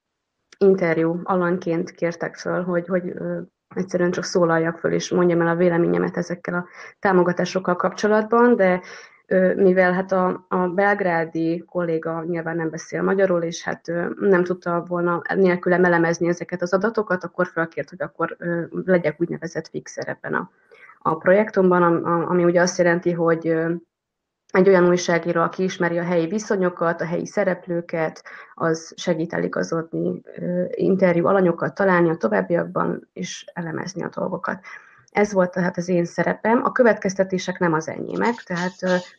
interjú alanyként kértek föl, hogy, hogy ö, egyszerűen csak szólaljak föl, és mondjam el a véleményemet ezekkel a támogatásokkal kapcsolatban, de ö, mivel hát a, a belgrádi kolléga nyilván nem beszél magyarul, és hát ö, nem tudta volna nélkülem elemezni ezeket az adatokat, akkor felkért, hogy akkor ö, legyek úgynevezett fixer ebben a, a projektumban, ami ugye azt jelenti, hogy ö, egy olyan újságíró, aki ismeri a helyi viszonyokat, a helyi szereplőket, az segít eligazodni, interjú alanyokat találni a továbbiakban, és elemezni a dolgokat. Ez volt tehát az én szerepem. A következtetések nem az enyémek, tehát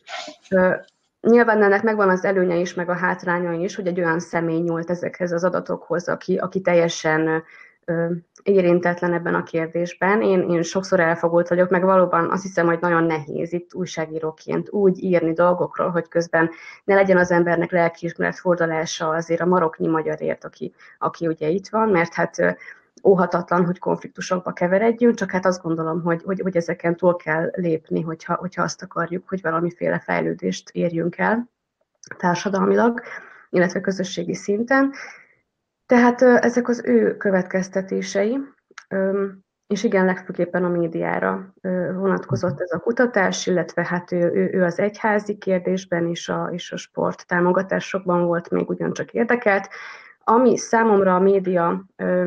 ö, nyilván ennek megvan az előnye is, meg a hátránya is, hogy egy olyan személy nyúlt ezekhez az adatokhoz, aki, aki teljesen érintetlen ebben a kérdésben. Én, én sokszor elfogult vagyok, meg valóban azt hiszem, hogy nagyon nehéz itt újságíróként úgy írni dolgokról, hogy közben ne legyen az embernek lelkiismeret fordulása azért a maroknyi magyarért, aki, aki ugye itt van, mert hát óhatatlan, hogy konfliktusokba keveredjünk, csak hát azt gondolom, hogy, hogy, hogy ezeken túl kell lépni, hogyha, hogyha azt akarjuk, hogy valamiféle fejlődést érjünk el társadalmilag, illetve közösségi szinten. Tehát ezek az ő következtetései, és igen, legfőképpen a médiára vonatkozott ez a kutatás, illetve hát ő, ő, ő az egyházi kérdésben és a, és a sport támogatásokban volt még ugyancsak érdekelt. Ami számomra a média,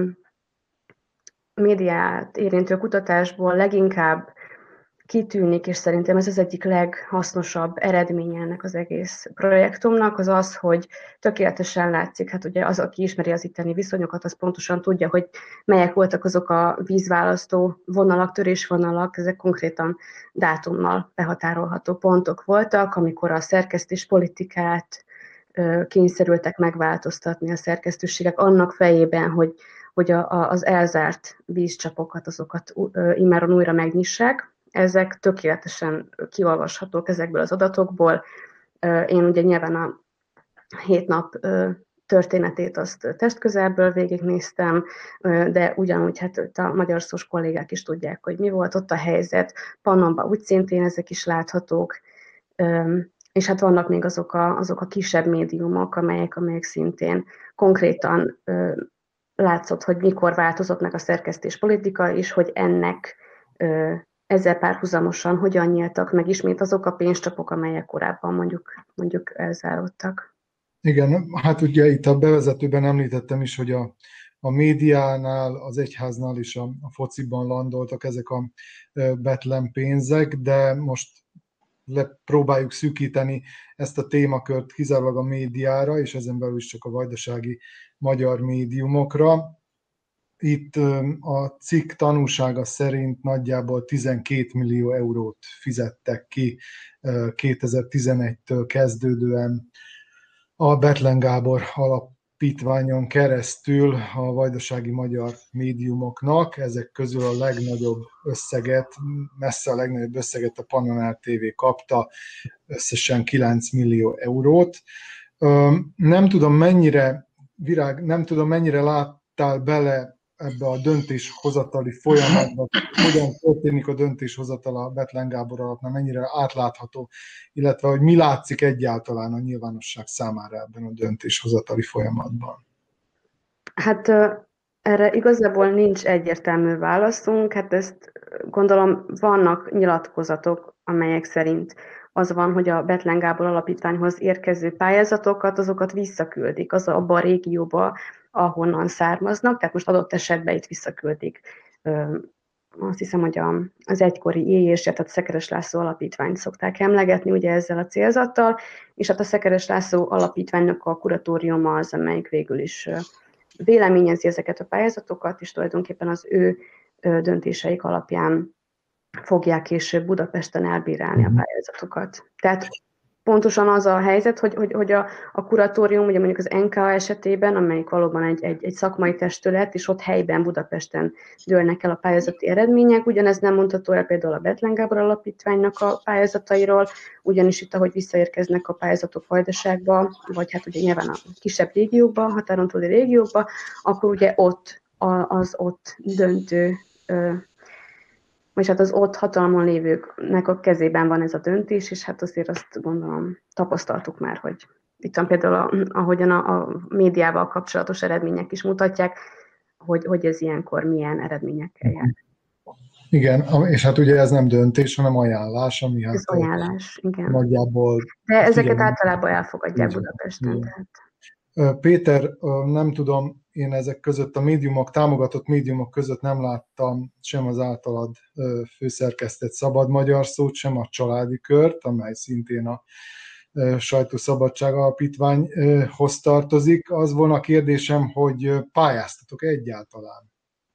médiát érintő kutatásból leginkább kitűnik, és szerintem ez az egyik leghasznosabb eredménye ennek az egész projektumnak, az az, hogy tökéletesen látszik, hát ugye az, aki ismeri az itteni viszonyokat, az pontosan tudja, hogy melyek voltak azok a vízválasztó vonalak, törésvonalak, ezek konkrétan dátummal behatárolható pontok voltak, amikor a szerkesztés politikát kényszerültek megváltoztatni a szerkesztőségek annak fejében, hogy, hogy a, a, az elzárt vízcsapokat, azokat immáron újra megnyissák. Ezek tökéletesen kiolvashatók ezekből az adatokból. Én ugye nyilván a hét nap történetét azt testközelből végignéztem, de ugyanúgy hát a magyar szós kollégák is tudják, hogy mi volt ott a helyzet. Pannonban úgy szintén ezek is láthatók, és hát vannak még azok a, azok a kisebb médiumok, amelyek, amelyek szintén konkrétan látszott, hogy mikor változott meg a szerkesztéspolitika, és hogy ennek ezzel párhuzamosan hogyan nyíltak meg ismét azok a pénzcsapok, amelyek korábban mondjuk, mondjuk elzáródtak. Igen, hát ugye itt a bevezetőben említettem is, hogy a, a médiánál, az egyháznál és a, a fociban landoltak ezek a betlen pénzek, de most próbáljuk szűkíteni ezt a témakört kizárólag a médiára, és ezen belül is csak a vajdasági magyar médiumokra. Itt a cikk tanúsága szerint nagyjából tizenkét millió eurót fizettek ki kétezer-tizenegytől kezdődően a Bethlen Gábor alapítványon keresztül a vajdasági magyar médiumoknak. Ezek közül a legnagyobb összeget, messze a legnagyobb összeget a Pannon té vé kapta, összesen kilenc millió eurót. Nem tudom mennyire, Virág, nem tudom mennyire láttál bele ebbe a döntéshozatali folyamatba, hogyan történik a döntéshozatal a Bethlen Gábor alapnál, mennyire átlátható, illetve hogy mi látszik egyáltalán a nyilvánosság számára ebben a döntéshozatali folyamatban. Hát erre igazából nincs egyértelmű válaszunk, hát ezt gondolom vannak nyilatkozatok, amelyek szerint az van, hogy a Bethlen Gábor alapítványhoz érkező pályázatokat, azokat visszaküldik az abba a régióba, ahonnan származnak, tehát most adott esetben itt visszaküldik. Azt hiszem, hogy az egykori é és tehát a Szekeres László alapítványt szokták emlegetni ugye ezzel a célzattal, és hát a Szekeres László alapítványnak a kuratóriuma az, amelyik végül is véleményezi ezeket a pályázatokat, és tulajdonképpen az ő döntéseik alapján fogják később Budapesten elbírálni a pályázatokat. Tehát pontosan az a helyzet, hogy, hogy, hogy a, a kuratórium, ugye mondjuk az en ká esetében, amelyik valóban egy, egy, egy szakmai testület, és ott helyben Budapesten dőlnek el a pályázati eredmények, ugyanez nem mondható el például a Bethlen Gábor alapítványnak a pályázatairól, ugyanis itt, ahogy visszaérkeznek a pályázatok Vajdaságba, vagy hát ugye nyilván a kisebb régiókba, határon túli régiókba, akkor ugye ott az ott döntő, és hát az ott hatalmon lévőknek a kezében van ez a döntés, és hát azért azt gondolom, tapasztaltuk már, hogy itt van például, a, ahogyan a, a médiával kapcsolatos eredmények is mutatják, hogy, hogy ez ilyenkor milyen eredményekkel jár. Igen, és hát ugye ez nem döntés, hanem ajánlás, ami hát ez ajánlás, igen. Nagyjából... De ezeket figyelem, általában elfogadják igen, Budapesten. Tehát. Péter, nem tudom, én ezek között a médiumok, támogatott médiumok között nem láttam sem az általad főszerkesztett Szabad Magyar Szót, sem a Családi Kört, amely szintén a Sajtószabadság Alapítványhoz tartozik. Az volna a kérdésem, hogy pályáztatok egyáltalán?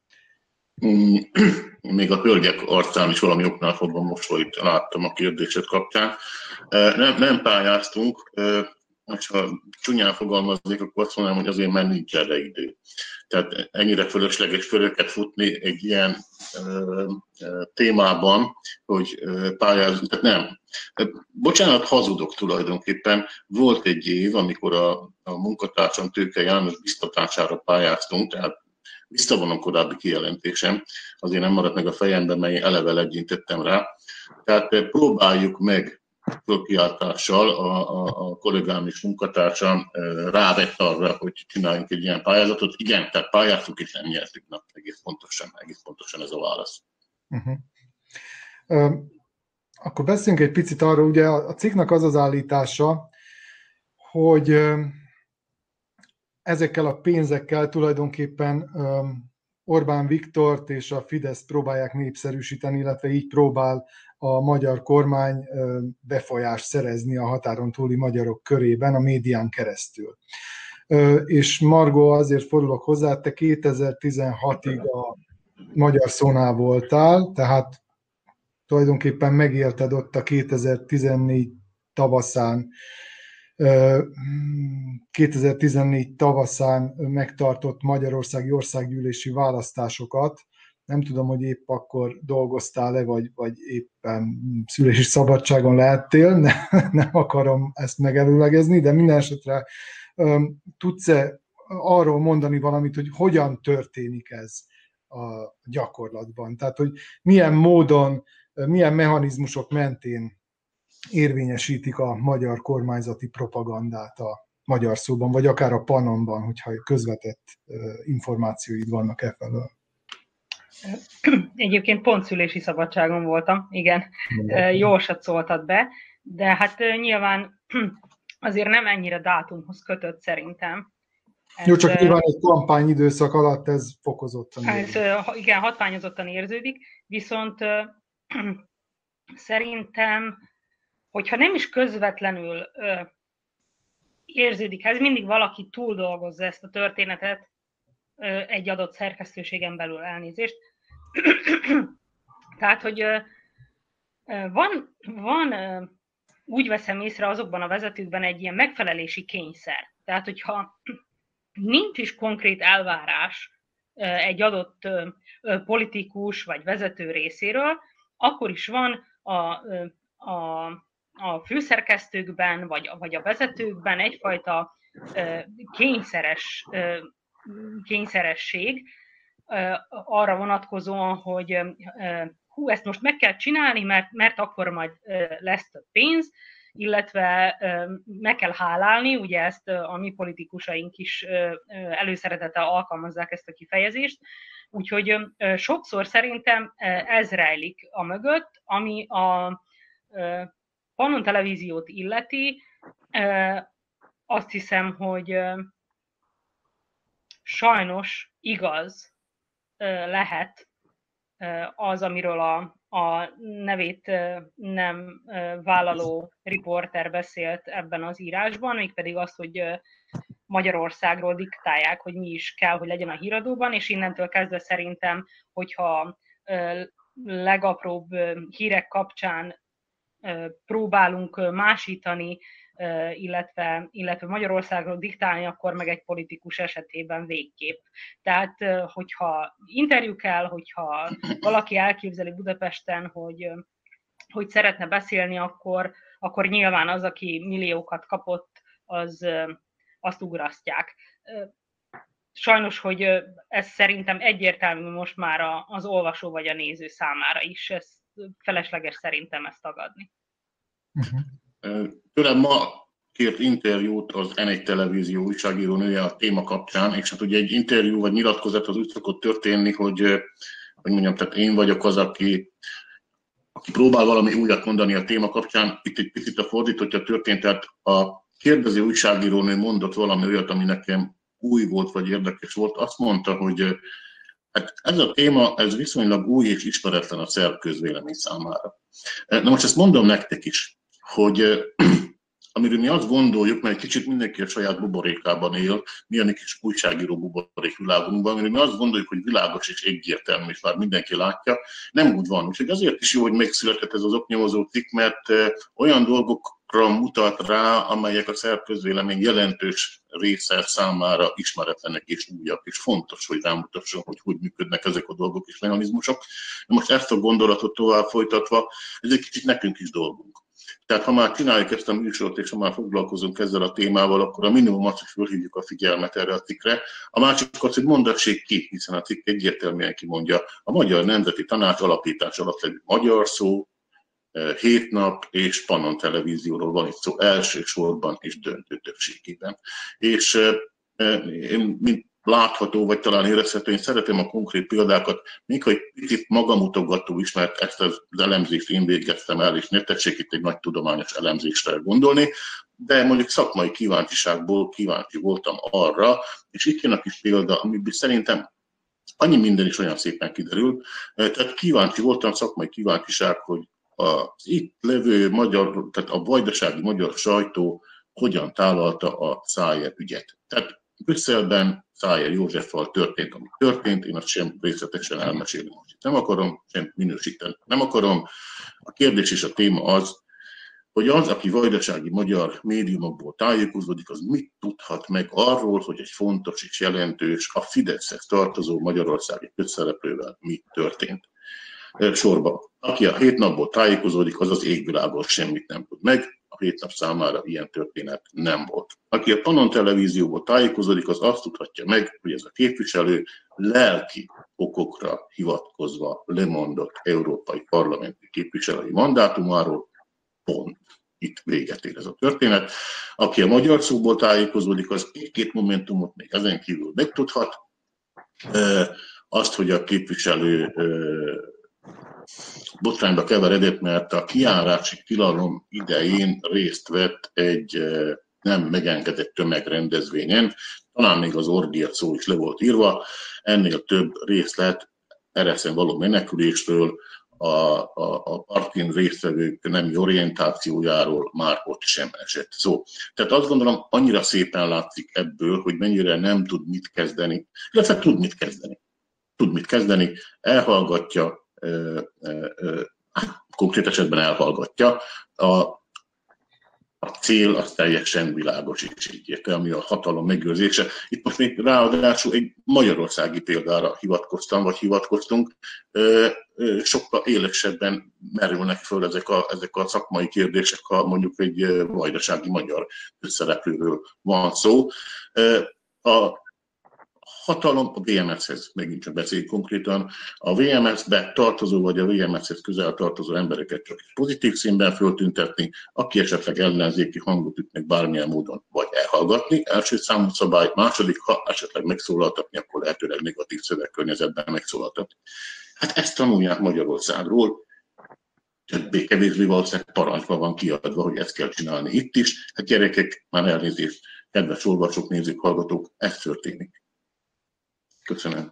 Még a hölgyek arcán is valami oknál fogva mosolyt láttam a kérdésed kapcsán. Nem, nem pályáztunk, ha csúnyán fogalmaznék, akkor azt mondanám, hogy azért már nincs erre idő. Tehát ennyire fölösleges fölöket futni egy ilyen ö, ö, témában, hogy pályázunk, tehát nem. Bocsánat, hazudok tulajdonképpen. Volt egy év, amikor a, a munkatársam Tőke János biztatására pályáztunk, tehát visszavonom korábbi kijelentésem, azért nem maradt meg a fejemben, mely eleve legyintettem rá. Tehát próbáljuk meg fölkiáltással a, a, a kollégám és munkatársam rávett arra, hogy csináljunk egy ilyen pályázatot. Igen, tehát pályáztuk és nem nyertük. Na, egész pontosan, egész pontosan ez a válasz. Uh-huh. Uh, akkor beszéljünk egy picit arról, ugye a cikknek az az állítása, hogy uh, ezekkel a pénzekkel tulajdonképpen uh, Orbán Viktort és a Fideszt próbálják népszerűsíteni, illetve így próbál a magyar kormány befolyást szerezni a határon túli magyarok körében a médián keresztül. És Margó, azért fordulok hozzá, te kétezer-tizenhatig a Magyar Szónál voltál, tehát tulajdonképpen megélted ott a kétezer-tizennégy tavaszán kétezer-tizennégy tavaszán megtartott magyarországi országgyűlési választásokat. Nem tudom, hogy épp akkor dolgoztál-e, vagy, vagy éppen szülési szabadságon lehettél, ne, nem akarom ezt megelőlegezni, de minden esetre tudsz-e arról mondani valamit, hogy hogyan történik ez a gyakorlatban? Tehát, hogy milyen módon, milyen mechanizmusok mentén érvényesítik a magyar kormányzati propagandát a magyar szóban, vagy akár a Pannonban, hogyha közvetett információid vannak e felől. Egyébként pont szülési szabadságon voltam, igen, jósat szóltad be, de hát nyilván azért nem ennyire dátumhoz kötött szerintem. Ez, Jó, csak nyilván egy kampányidőszak alatt ez fokozottan ez, igen, hatványozottan érződik, viszont szerintem, hogyha nem is közvetlenül érződik, ez mindig valaki túldolgozza ezt a történetet egy adott szerkesztőségen belül, elnézést. Tehát, hogy van, van, úgy veszem észre azokban a vezetőkben egy ilyen megfelelési kényszer. Tehát, hogyha nincs is konkrét elvárás egy adott politikus vagy vezető részéről, akkor is van a, a, a főszerkesztőkben vagy, vagy a vezetőkben egyfajta kényszeres, kényszeresség arra vonatkozóan, hogy hú, ezt most meg kell csinálni, mert, mert akkor majd lesz több pénz, illetve meg kell hálálni, ugye ezt a mi politikusaink is előszeretettel alkalmazzák ezt a kifejezést, úgyhogy sokszor szerintem ez rejlik a mögött, ami a Pannon Televíziót illeti, azt hiszem, hogy sajnos igaz lehet az, amiről a, a nevét nem vállaló riporter beszélt ebben az írásban, mégpedig azt, hogy Magyarországról diktálják, hogy mi is kell, hogy legyen a híradóban, és innentől kezdve szerintem, hogyha legapróbb hírek kapcsán próbálunk másítani, illetve, illetve Magyarországról diktálni, akkor meg egy politikus esetében végképp. Tehát, hogyha interjú kell, hogyha valaki elképzeli Budapesten, hogy, hogy szeretne beszélni, akkor, akkor nyilván az, aki milliókat kapott, az, azt ugrasztják. Sajnos, hogy ez szerintem egyértelmű most már az olvasó vagy a néző számára is. Ez felesleges szerintem ezt tagadni. Uh-huh. Tőlem ma kért interjút az en egy televízió újságírónője a téma kapcsán, és hát ugye egy interjú vagy nyilatkozat az úgy szokott történni, hogy, hogy mondjam, tehát én vagyok az, aki, aki próbál valami újat mondani a téma kapcsán. Itt egy picit a fordítottja történt, tehát a kérdező újságírónő mondott valami olyat, ami nekem új volt, vagy érdekes volt. Azt mondta, hogy hát ez a téma, ez viszonylag új és ismeretlen a szerb közvélemény számára. Na most ezt mondom nektek is, hogy amiről mi azt gondoljuk, mert egy kicsit mindenki a saját buborékában él, mi a mi kis újságíró buborék világunkban, amiről mi azt gondoljuk, hogy világos és egyértelmű, és már mindenki látja, nem úgy van. Úgyhogy azért is jó, hogy megszületett ez az oknyomozó cikk, mert olyan dolgokra mutat rá, amelyek a szerb közvélemény jelentős része számára ismeretlenek és újak, és fontos, hogy rámutasson, hogy hogy működnek ezek a dolgok és mechanizmusok. De most ezt a gondolatot tovább folytatva, ez egy kicsit nekünk is dolgunk. Tehát ha már csináljuk ezt a műsort, és ha már foglalkozunk ezzel a témával, akkor a minimum az, hogy fölhívjuk a figyelmet erre a cikkre. A másik az, hogy mondassék ki, hiszen a cikk egyértelműen kimondja, a Magyar Nemzeti Tanács alapítás alatt levő magyar szó, hét nap és Pannon Televízióról van itt szó elsősorban és döntő többségében. És én, mint látható, vagy talán érezhető, én szeretem a konkrét példákat, még ha egy picit magamutogató is, mert ezt az elemzést én végeztem el, és ne tessék itt egy nagy tudományos elemzésre gondolni, de mondjuk szakmai kíváncsiságból kíváncsi voltam arra, és itt jön a kis példa, amiből szerintem annyi minden is olyan szépen kiderül, tehát kíváncsi voltam, szakmai kíváncsiság, hogy az itt levő magyar, tehát a vajdasági magyar sajtó hogyan tálalta a Szájer ügyet. Tehát Brüsszelben Szájer Józseffal történt, ami történt, én azt sem részletesen elmesélni most. Nem akarom, sem minősíteni. Nem akarom. A kérdés és a téma az, hogy az, aki vajdasági magyar médiumokból tájékozódik, az mit tudhat meg arról, hogy egy fontos és jelentős, a Fideszhez tartozó magyarországi közszereplővel mi történt. Sorba. Aki a hét napból tájékozódik, az az égvilágból semmit nem tud meg, a hét nap számára ilyen történet nem volt. Aki a Pannon televízióból tájékozódik, az azt tudhatja meg, hogy ez a képviselő lelki okokra hivatkozva lemondott európai parlamenti képviselői mandátumáról, pont. Itt véget ér ez a történet. Aki a magyar szóból tájékozódik, az egy-két momentumot még ezen kívül megtudhat. Azt, hogy a képviselő botrányba keveredett, mert a kijárási tilalom idején részt vett egy nem megengedett tömegrendezvényen, talán még az ordiat szó is le volt írva, ennél több részlet ereszen való menekülésről, a, a, a partin résztvevők nemi orientációjáról már ott sem esett szó. Tehát azt gondolom, annyira szépen látszik ebből, hogy mennyire nem tud mit kezdeni, illetve tud mit kezdeni. Tud mit kezdeni, elhallgatja, Ö, ö, ö, konkrét esetben elhallgatja. A, a cél az teljesen világos és egyértelmű, a hatalom megőrzése. Itt most még ráadásul egy magyarországi példára hivatkoztam, vagy hivatkoztunk. Ö, ö, sokkal élesebben merülnek föl ezek a, ezek a szakmai kérdések, ha mondjuk egy vajdasági magyar szereplőről van szó. Ö, a hatalom a vé em es-hez, megint csak beszéljük konkrétan, a vé em es-be tartozó vagy a vé em es-hez közel tartozó embereket csak pozitív színben föltüntetni, aki esetleg ellenzéki hangot üt meg bármilyen módon, vagy elhallgatni, első számú szabály, második, ha esetleg megszólaltatni, akkor lehetőleg negatív szövegkörnyezetben megszólaltatni. Hát ezt tanulják Magyarországról, többé-kevésbé valószínűleg parancsban van kiadva, hogy ezt kell csinálni itt is. Hát gyerekek, már elnézést, kedves olvasók, nézők, hallgatók, ez történik. Köszönöm.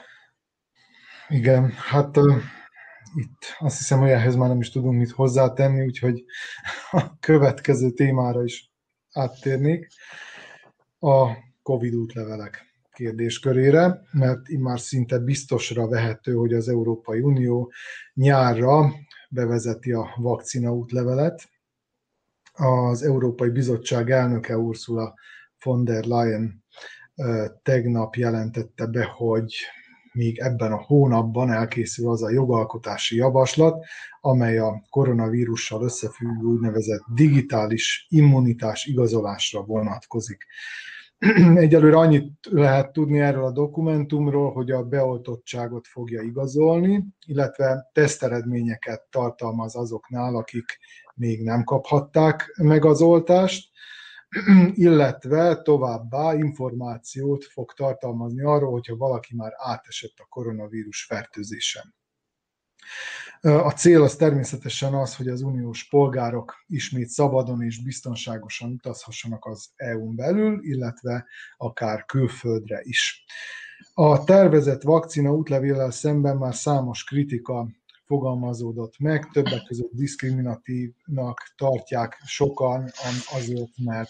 Igen, hát uh, itt azt hiszem, hogy ehhez már nem is tudunk mit hozzátenni, úgyhogy a következő témára is áttérnék. A Covid útlevelek kérdéskörére, mert immár szinte biztosra vehető, hogy az Európai Unió nyárra bevezeti a vakcina útlevelet. Az Európai Bizottság elnöke Ursula von der Leyen tegnap jelentette be, hogy még ebben a hónapban elkészül az a jogalkotási javaslat, amely a koronavírussal összefüggő úgynevezett digitális immunitás igazolásra vonatkozik. Egyelőre annyit lehet tudni erről a dokumentumról, hogy a beoltottságot fogja igazolni, illetve teszteredményeket tartalmaz azoknál, akik még nem kaphatták meg az oltást, illetve továbbá információt fog tartalmazni arról, hogyha valaki már átesett a koronavírus fertőzésen. A cél az természetesen az, hogy az uniós polgárok ismét szabadon és biztonságosan utazhassanak az é u-n belül, illetve akár külföldre is. A tervezett vakcina útlevéllel szemben már számos kritika fogalmazódott meg, többek között diszkriminatívnak tartják sokan azért, mert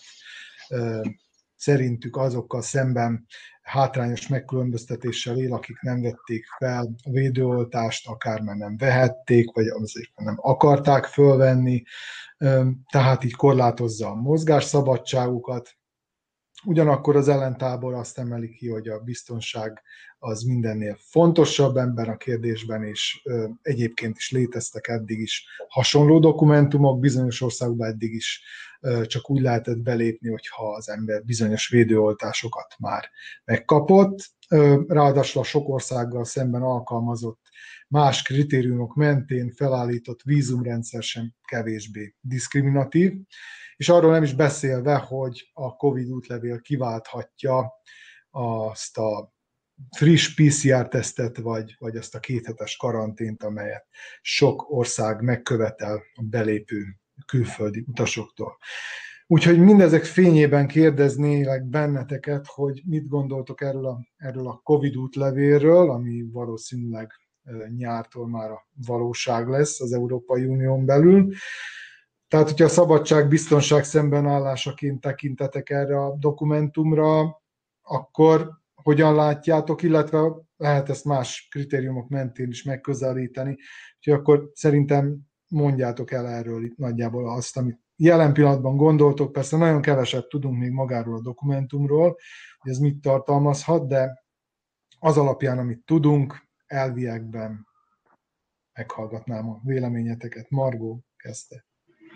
szerintük azokkal szemben hátrányos megkülönböztetéssel él, akik nem vették fel a védőoltást, akár már nem vehették, vagy azért nem akarták fölvenni, tehát így korlátozza a mozgásszabadságukat. Ugyanakkor az ellentábor azt emeli ki, hogy a biztonság az mindennél fontosabb ebben a kérdésben, és ö, egyébként is léteztek eddig is hasonló dokumentumok, bizonyos országokban eddig is ö, csak úgy lehetett belépni, hogyha az ember bizonyos védőoltásokat már megkapott. Ö, ráadásul a sok országgal szemben alkalmazott más kritériumok mentén felállított vízumrendszer sem kevésbé diszkriminatív, és arról nem is beszélve, hogy a Covid útlevél kiválthatja azt a friss pé cé er-tesztet, vagy, vagy azt a kéthetes karantént, amelyet sok ország megkövetel a belépő külföldi utasoktól. Úgyhogy mindezek fényében kérdeznélek benneteket, hogy mit gondoltok erről a, erről a Covid útlevélről, ami valószínűleg nyártól már a valóság lesz az Európai Unión belül. Tehát, hogyha a szabadság-biztonság szembenállásaként tekintetek erre a dokumentumra, akkor hogyan látjátok, illetve lehet ezt más kritériumok mentén is megközelíteni. Úgyhogy akkor szerintem mondjátok el erről itt nagyjából azt, amit jelen pillanatban gondoltok, persze nagyon keveset tudunk még magáról a dokumentumról, hogy ez mit tartalmazhat, de az alapján, amit tudunk, elviekben meghallgatnám a véleményeteket. Margó kezdte.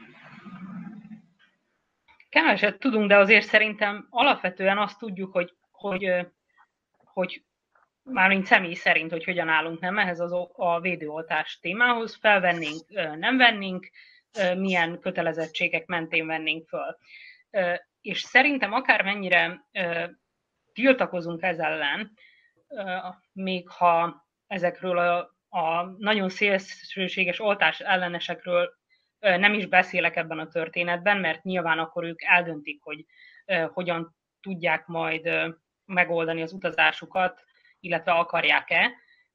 Keveset tudunk, de azért szerintem alapvetően azt tudjuk, hogy, hogy, hogy mármint személy szerint, hogy hogyan állunk, nem ehhez az a védőoltás témához, felvennénk, nem vennénk, milyen kötelezettségek mentén vennénk föl. És szerintem akármennyire tiltakozunk ez ellen, még ha ezekről a, a nagyon szélsőséges oltás ellenesekről nem is beszélek ebben a történetben, mert nyilván akkor ők eldöntik, hogy hogyan tudják majd megoldani az utazásukat, illetve akarják-e,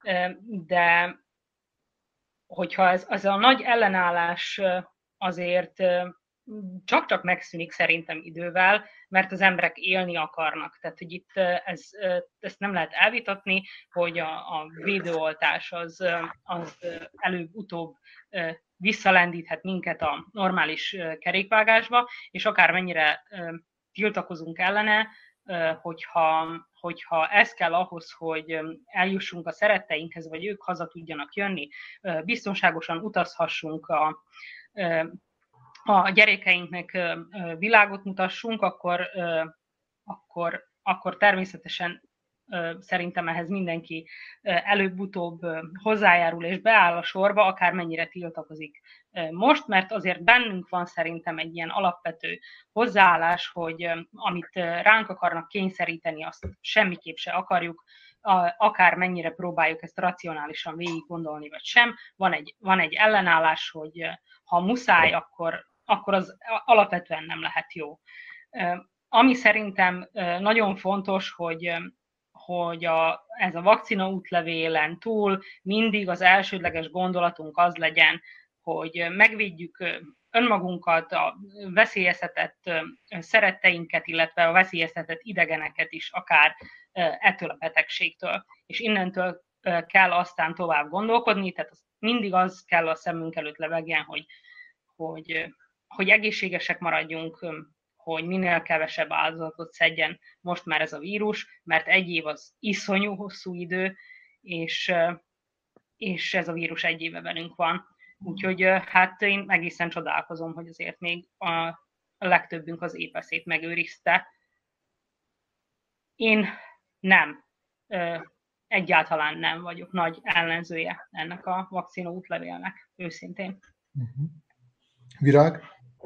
de hogyha ez, ez a nagy ellenállás azért csak-csak megszűnik szerintem idővel, mert az emberek élni akarnak. Tehát, hogy itt ez, ezt nem lehet elvitatni, hogy a, a védőoltás az, az előbb-utóbb visszalendíthet minket a normális kerékvágásba, és akármennyire tiltakozunk ellene, hogyha, hogyha ez kell ahhoz, hogy eljussunk a szeretteinkhez, vagy ők haza tudjanak jönni, biztonságosan utazhassunk, a, a gyerekeinknek világot mutassunk, akkor, akkor, akkor természetesen szerintem ehhez mindenki előbb-utóbb hozzájárul és beáll a sorba, akármennyire tiltakozik most, mert azért bennünk van szerintem egy ilyen alapvető hozzáállás, hogy amit ránk akarnak kényszeríteni, azt semmiképp se akarjuk, akármennyire próbáljuk ezt racionálisan végig gondolni, vagy sem. Van egy, van egy ellenállás, hogy ha muszáj, akkor, akkor az alapvetően nem lehet jó. Ami szerintem nagyon fontos, hogy hogy a, ez a vakcina útlevélen túl mindig az elsődleges gondolatunk az legyen, hogy megvédjük önmagunkat, a veszélyeztetett szeretteinket, illetve a veszélyeztetett idegeneket is, akár ettől a betegségtől. És innentől kell aztán tovább gondolkodni, tehát mindig az kell a szemünk előtt lebegjen, hogy, hogy, hogy egészségesek maradjunk, hogy minél kevesebb áldozatot szedjen most már ez a vírus, mert egy év az iszonyú hosszú idő, és, és ez a vírus egy éve velünk van. Úgyhogy hát én egészen csodálkozom, hogy azért még a, a legtöbbünk az épeszét megőrizte. Én nem, egyáltalán nem vagyok nagy ellenzője ennek a vakcina útlevélnek, őszintén. Uh-huh. Virág?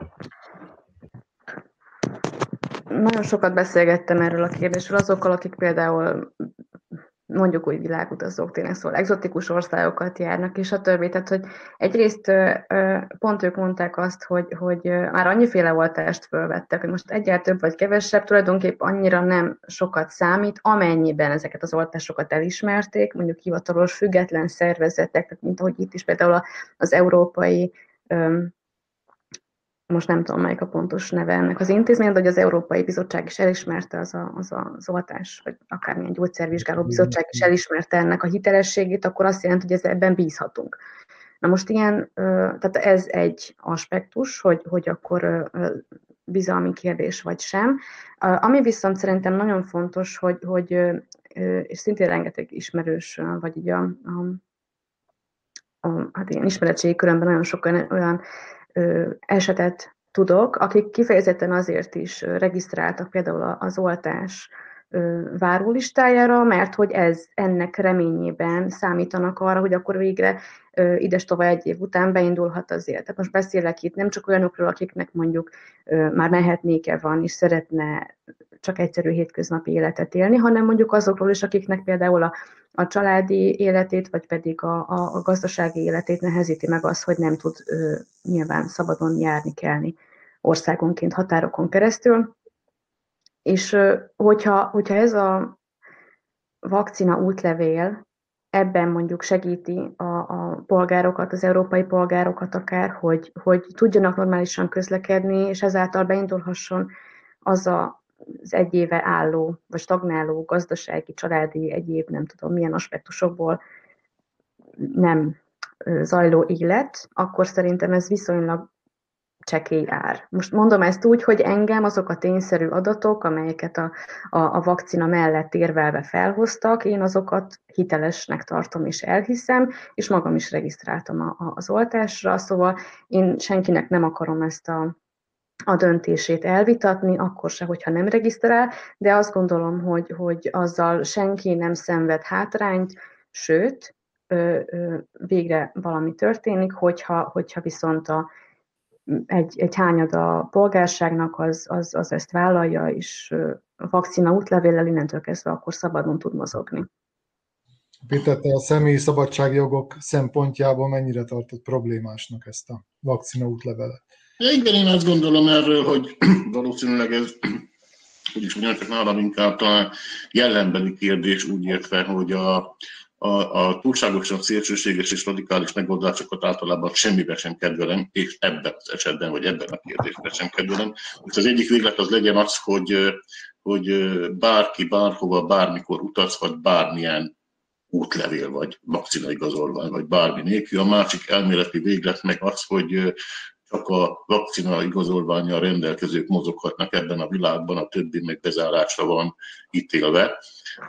Nagyon sokat beszélgettem erről a kérdésről azokkal, akik például mondjuk úgy világutazók, tényleg szóval egzotikus országokat járnak, és a többi. Tehát, hogy egyrészt pont ők mondták azt, hogy, hogy már annyiféle oltást fölvettek, hogy most egyáltalán több vagy kevesebb, tulajdonképp annyira nem sokat számít, amennyiben ezeket az oltásokat elismerték, mondjuk hivatalos független szervezetek, tehát mint ahogy itt is például az európai, most nem tudom, melyik a pontos neve ennek az intézmény, de hogy az Európai Bizottság is elismerte az a, az, a, az oltás, vagy akármilyen gyógyszervizsgáló bizottság is elismerte ennek a hitelességét, akkor azt jelenti, hogy ez, ebben bízhatunk. Na most ilyen, tehát ez egy aspektus, hogy, hogy akkor bizalmi kérdés vagy sem. Ami viszont szerintem nagyon fontos, hogy, hogy és szintén rengeteg ismerős, vagy így a, a, a hát ilyen ismeretségi körömben nagyon sok olyan, olyan esetet tudok, akik kifejezetten azért is regisztráltak például az oltás várólistájára, mert hogy ez ennek reményében számítanak arra, hogy akkor végre ides-tovább egy év után beindulhat az élet. Tehát most beszélek itt nem csak olyanokról, akiknek mondjuk már mehetnéke van, és szeretne csak egyszerű hétköznapi életet élni, hanem mondjuk azokról is, akiknek például a, a családi életét, vagy pedig a, a, a gazdasági életét nehezíti meg az, hogy nem tud ö, nyilván szabadon járni, kelni országonként, határokon keresztül. És ö, hogyha, hogyha ez a vakcina útlevél ebben mondjuk segíti a, a polgárokat, az európai polgárokat akár, hogy, hogy tudjanak normálisan közlekedni, és ezáltal beindulhasson az a az egy éve álló, vagy stagnáló gazdasági, családi, egyéb, nem tudom milyen aspektusokból nem zajló élet, akkor szerintem ez viszonylag csekély ár. Most mondom ezt úgy, hogy engem azok a tényszerű adatok, amelyeket a, a, a vakcina mellett érvelve felhoztak, én azokat hitelesnek tartom és elhiszem, és magam is regisztráltam a, a, az oltásra, szóval én senkinek nem akarom ezt a, a döntését elvitatni, akkor se, hogyha nem regisztrál, de azt gondolom, hogy, hogy azzal senki nem szenved hátrányt, sőt, ö, ö, végre valami történik, hogyha, hogyha viszont a Egy, egy hányada polgárságnak az, az, az ezt vállalja, és a vakcina útlevéllel innentől kezdve akkor szabadon tud mozogni. Péter, te a személyi szabadságjogok szempontjából mennyire tartott problémásnak ezt a vakcina útlevelet? Igen, én azt gondolom erről, hogy valószínűleg ez, úgyis mondjam, csak nálam inkább talán jellembeli kérdés, úgy értve, hogy a A, a túlságosan szélsőséges és radikális megoldásokat általában semmiben sem kedvelem, és ebben az esetben, vagy ebben a kérdésben sem kedvelem. Most az egyik véglet az legyen az, hogy, hogy bárki, bárhova, bármikor utazhat, bármilyen útlevél, vagy vakcinaigazolvány, vagy bármi nélkül. A másik elméleti véglet meg az, hogy csak a vakcina igazolvánnyal rendelkezők mozoghatnak ebben a világban, a többi meg bezárásra van ítélve.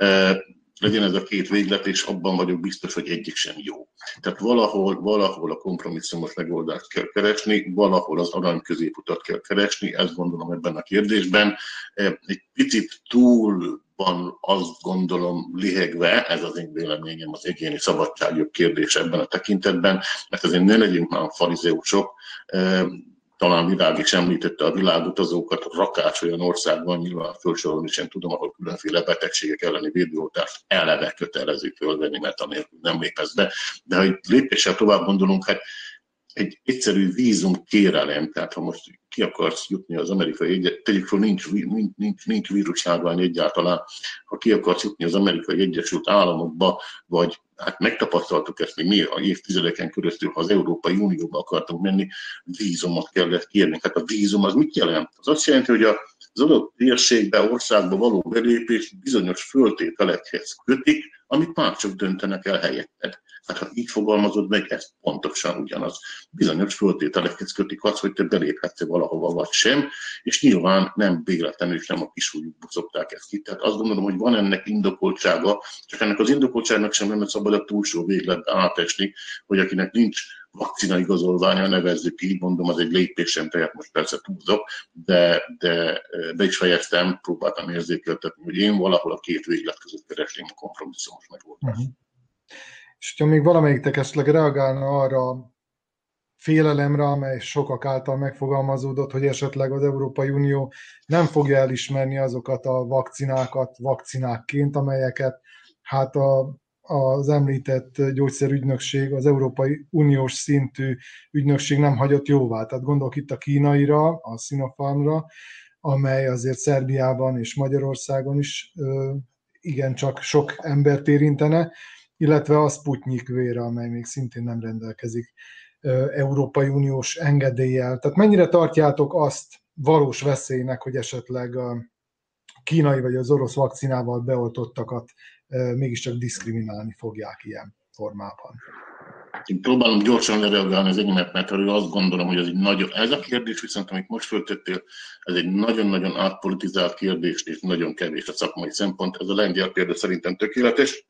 Legyen ez a két véglet, és abban vagyok biztos, hogy egyik sem jó. Tehát valahol, valahol a kompromisszumos megoldást kell keresni, valahol az arany középutat kell keresni, ezt gondolom ebben a kérdésben. Egy picit túl van, azt gondolom, lihegve, ez az én véleményem, az egyéni szabadságjog kérdése ebben a tekintetben, mert azért ne legyünk már farizeusok. Talán Virág is említette a világutazókat, rakás olyan országban, nyilván felsorolni sem tudom, ahol különféle betegségek elleni védőoltást eleve kötelező fölvenni, mert anélkül nem lépesz be. De ha egy lépéssel tovább gondolunk, hát egy egyszerű vízum kérelem, tehát ha most ki akarsz jutni az amerikai egyet, tegyük fel, nincs, nincs, nincs, nincs vírusjárvány egyáltalán, ha ki akarsz jutni az amerikai Egyesült Államokba, vagy hát megtapasztaltuk ezt még mi a évtizedeken keresztül, ha az Európai Unióba akartunk menni, vízumot kellett kérni. Hát a vízum az mit jelent? Az azt jelenti, hogy az adott térségbe, országba való belépés bizonyos föltételekhez kötik, amit mások döntenek el helyetted. Hát ha így fogalmazod meg, ez pontosan ugyanaz. Bizonyos föltételekhez kötik az, hogy te beléphetsz valahova vagy sem, és nyilván nem véletlenül és nem a kisújukból szokták ezt ki. Tehát azt gondolom, hogy van ennek indokoltsága, csak ennek az indokoltságnak sem nem szabad a túlsó végletbe átesni, hogy akinek nincs vakcina igazolványa, nevezzük így, mondom, az egy lépés sem, tehát most persze túlzok, de, de be is fejeztem, próbáltam érzékeltetni, hogy én valahol a két véglet között keresném a kompromisszumos megoldást. Uh-huh. És ha még valamelyiktek esetleg reagálna arra a félelemre, amely sokak által megfogalmazódott, hogy esetleg az Európai Unió nem fogja elismerni azokat a vakcinákat vakcinákként, amelyeket hát a, az említett gyógyszerügynökség, az Európai Uniós szintű ügynökség nem hagyott jóvá. Tehát gondolok itt a kínaira, a Sinopharmra, amely azért Szerbiában és Magyarországon is igencsak sok embert érintene, illetve a Sputnik V-re, amely még szintén nem rendelkezik Európai Uniós engedéllyel. Tehát mennyire tartjátok azt valós veszélynek, hogy esetleg a kínai vagy az orosz vakcinával beoltottakat mégiscsak diszkriminálni fogják ilyen formában? Én próbálom gyorsan lereagálni az enyémet, mert azt gondolom, hogy ez egy nagyon, ez a kérdés viszont, amit most föltettél, ez egy nagyon-nagyon átpolitizált kérdés, és nagyon kevés a szakmai szempont. Ez a lengyel példa szerintem tökéletes.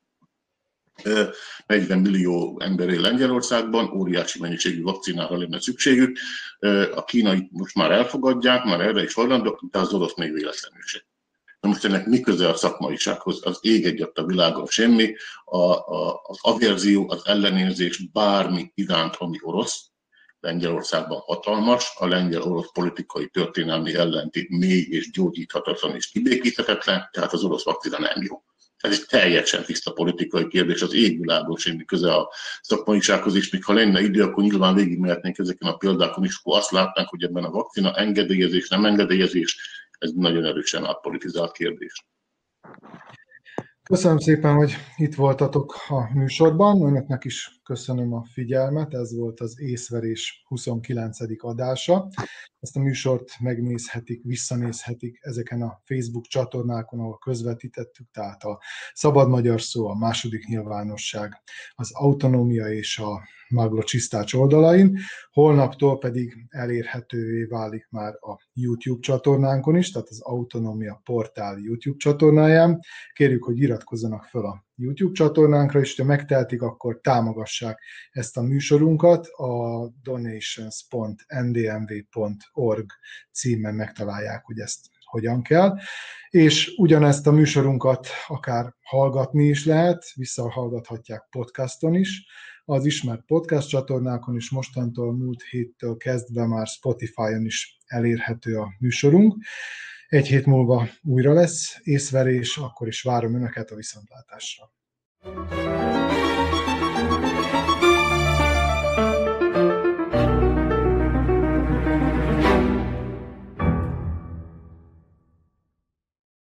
negyven millió ember él Lengyelországban, óriási mennyiségű vakcinára lenne szükségük. A kínai most már elfogadják, már erre is hajlandók, de az orosz még véletlenül sem. Na most ennek mi köze a szakmaisághoz? Az ég egyet a világon semmi. A, a, az averzió, az ellenérzés bármi iránt, ami orosz, Lengyelországban hatalmas, a lengyel-orosz politikai történelmi ellentét mély és gyógyíthatatlan és kibékíthetetlen, tehát az orosz vakcina nem jó. Ez egy teljesen tiszta politikai kérdés, az égvilágon semmi köze a szakmaisághoz, és még ha lenne idő, akkor nyilván végigmehetnénk ezeken a példákon is, akkor azt látnánk, hogy ebben a vakcina engedélyezés, nem engedélyezés, ez nagyon erősen átpolitizált kérdés. Köszönöm szépen, hogy itt voltatok a műsorban. Önöknek is köszönöm a figyelmet. Ez volt az Észverés huszonkilencedik adása. Ezt a műsort megnézhetik, visszanézhetik ezeken a Facebook csatornákon, ahol közvetítettük, tehát a Szabad Magyar Szó, a Második Nyilvánosság, az Autonómia és a Maglo Csisztács oldalain. Holnaptól pedig elérhetővé válik már a YouTube csatornánkon is, tehát az Autonómia Portál YouTube csatornáján. Kérjük, hogy iratkozzanak fel a YouTube csatornánkra, és ha megtehetik, akkor támogassák ezt a műsorunkat. A donations pont n d m v pont org címen megtalálják, hogy ezt hogyan kell. És ugyanezt a műsorunkat akár hallgatni is lehet, visszahallgathatják podcaston is, az ismert podcast csatornákon is, mostantól múlt héttől kezdve már Spotify-on is elérhető a műsorunk. Egy hét múlva újra lesz észverés, akkor is várom Önöket a viszontlátásra.